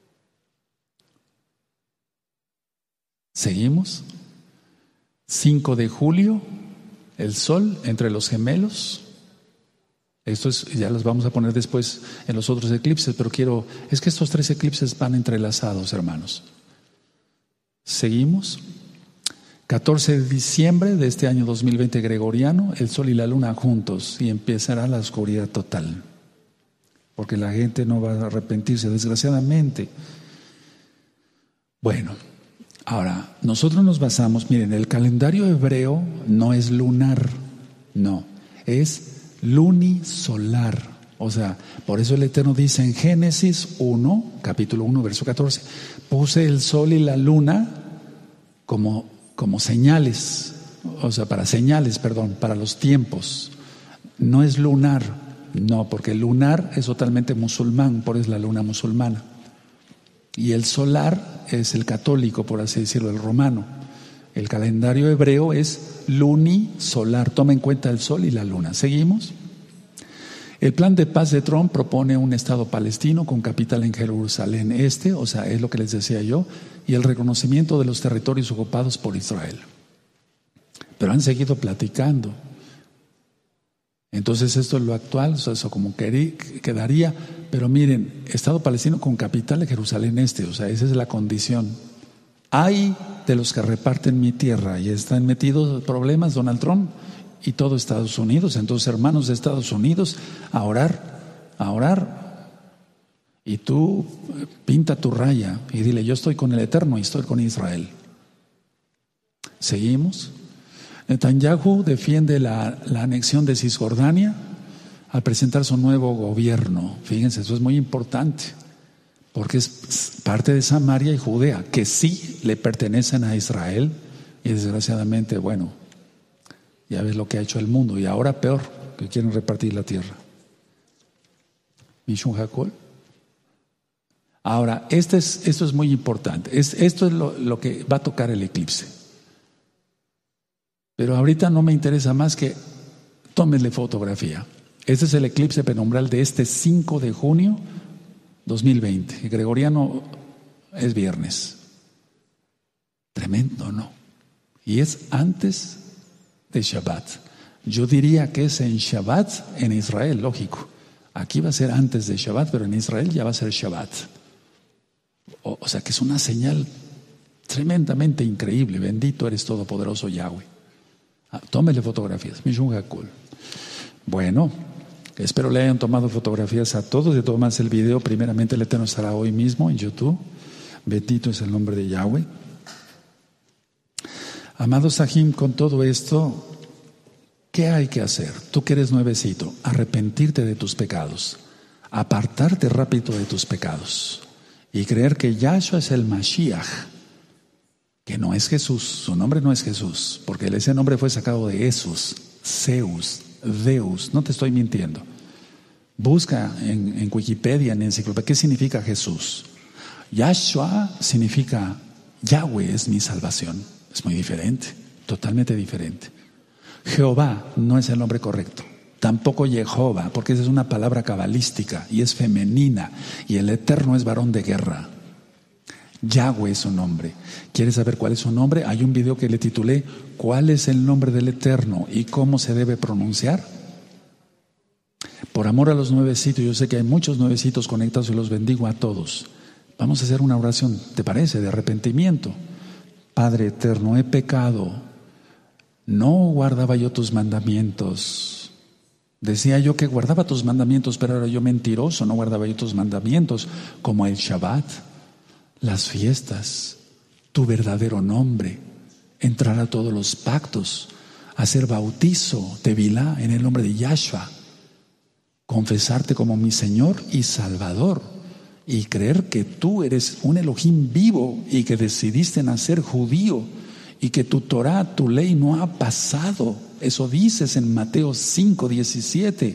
Seguimos. 5 de julio, el sol entre los gemelos. Esto ya los vamos a poner después en los otros eclipses, pero es que estos 3 eclipses van entrelazados, hermanos. Seguimos. 14 de diciembre de este año 2020 gregoriano, el sol y la luna juntos, y empezará la oscuridad total, porque la gente no va a arrepentirse, desgraciadamente. Bueno, ahora, nosotros nos basamos, miren, el calendario hebreo no es lunar, no, es lunisolar. O sea, por eso el Eterno dice en Génesis 1, capítulo 1, verso 14, puse el sol y la luna como señales, o sea, para los tiempos. No es lunar, no, porque lunar es totalmente musulmán, por eso es la luna musulmana. Y el solar es el católico, por así decirlo, el romano. El calendario hebreo es lunisolar, toma en cuenta el sol y la luna. ¿Seguimos? El plan de paz de Trump propone un Estado palestino con capital en Jerusalén Este, o sea, es lo que les decía yo, y el reconocimiento de los territorios ocupados por Israel. Pero han seguido platicando. Entonces esto es lo actual, o sea, eso como quedaría, pero miren, Estado palestino con capital en Jerusalén Este, o sea, esa es la condición. Hay de los que reparten mi tierra y están metidos en problemas, Donald Trump y todo Estados Unidos. Entonces, hermanos de Estados Unidos, a orar. Y tú pinta tu raya y dile, yo estoy con el Eterno y estoy con Israel. Seguimos. Netanyahu defiende la anexión de Cisjordania al presentar su nuevo gobierno. Fíjense, eso es muy importante, porque es parte de Samaria y Judea, que sí le pertenecen a Israel, y desgraciadamente, bueno, ya ves lo que ha hecho el mundo, y ahora peor, que quieren repartir la tierra. Mishun Hakol. Ahora, esto es muy importante. Esto es lo que va a tocar el eclipse. Pero ahorita no me interesa más que Tómenle fotografía. Este es el eclipse penumbral de este 5 de junio 2020. El gregoriano es viernes. Tremendo, ¿no? Y es antes de Shabbat. Yo diría que es en Shabbat en Israel, lógico. Aquí va a ser antes de Shabbat, pero en Israel ya va a ser Shabbat. O sea que es una señal tremendamente increíble. Bendito eres todopoderoso Yahweh. Tómele fotografías. Mishum Hakol. Bueno, espero le hayan tomado fotografías a todos. De todas el video, primeramente el Eterno estará hoy mismo en YouTube. Bendito es el nombre de Yahweh. Amado Sahim, con todo esto, ¿qué hay que hacer? Tú que eres nuevecito, arrepentirte de tus pecados, apartarte rápido de tus pecados y creer que Yahshua es el Mashiach, que no es Jesús, su nombre no es Jesús, porque ese nombre fue sacado de Jesús, Zeus, Deus, no te estoy mintiendo. Busca en Wikipedia, en enciclopedia, ¿qué significa Jesús? Yahshua significa Yahweh es mi salvación. Es muy diferente, totalmente diferente. Jehová no es el nombre correcto. Tampoco Jehová, porque esa es una palabra cabalística y es femenina. Y el Eterno es varón de guerra. Yahweh es su nombre. ¿Quieres saber cuál es su nombre? Hay un video que le titulé ¿Cuál es el nombre del Eterno y cómo se debe pronunciar? Por amor a los nuevecitos, yo sé que hay muchos nuevecitos conectados y los bendigo a todos. Vamos a hacer una oración, ¿te parece? De arrepentimiento. Padre eterno, he pecado, no guardaba yo tus mandamientos. Decía yo que guardaba tus mandamientos, pero era yo mentiroso, no guardaba yo tus mandamientos, como el Shabbat, las fiestas, tu verdadero nombre, entrar a todos los pactos, hacer bautizo, tevilá, en el nombre de Yahshua, confesarte como mi Señor y Salvador. Y creer que tú eres un Elohim vivo y que decidiste nacer judío y que tu Torah, tu ley no ha pasado. Eso dices en Mateo 5:17.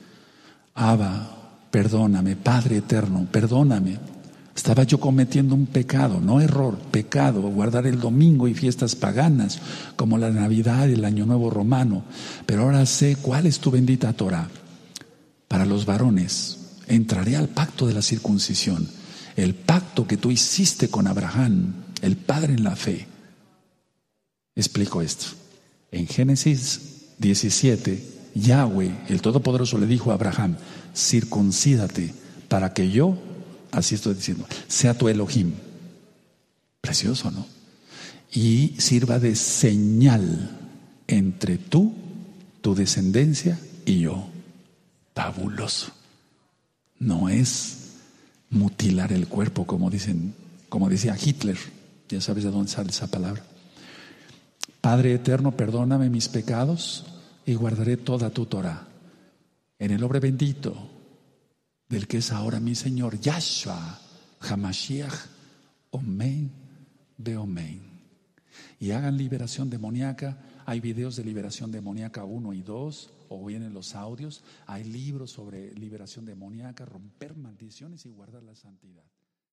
Abba, perdóname, Padre eterno, perdóname. Estaba yo cometiendo un pecado, no error, pecado, guardar el domingo y fiestas paganas como la Navidad y el Año Nuevo romano. Pero ahora sé cuál es tu bendita Torah. Para los varones, entraré al pacto de la circuncisión, el pacto que tú hiciste con Abraham, el padre en la fe. Explico esto. En Génesis 17, Yahweh, el Todopoderoso, le dijo a Abraham: circuncídate para que yo, así estoy diciendo, sea tu Elohim. Precioso, ¿no? Y sirva de señal entre tú, tu descendencia y yo. Fabuloso. No es mutilar el cuerpo, como decía Hitler. Ya sabes de dónde sale esa palabra. Padre eterno, perdóname mis pecados y guardaré toda tu Torah. En el nombre bendito del que es ahora mi Señor, Yahshua, Hamashiach, Omen, Beomen. Y hagan liberación demoníaca. Hay videos de liberación demoníaca 1 y 2, o bien en los audios. Hay libros sobre liberación demoníaca, romper maldiciones y guardar la santidad.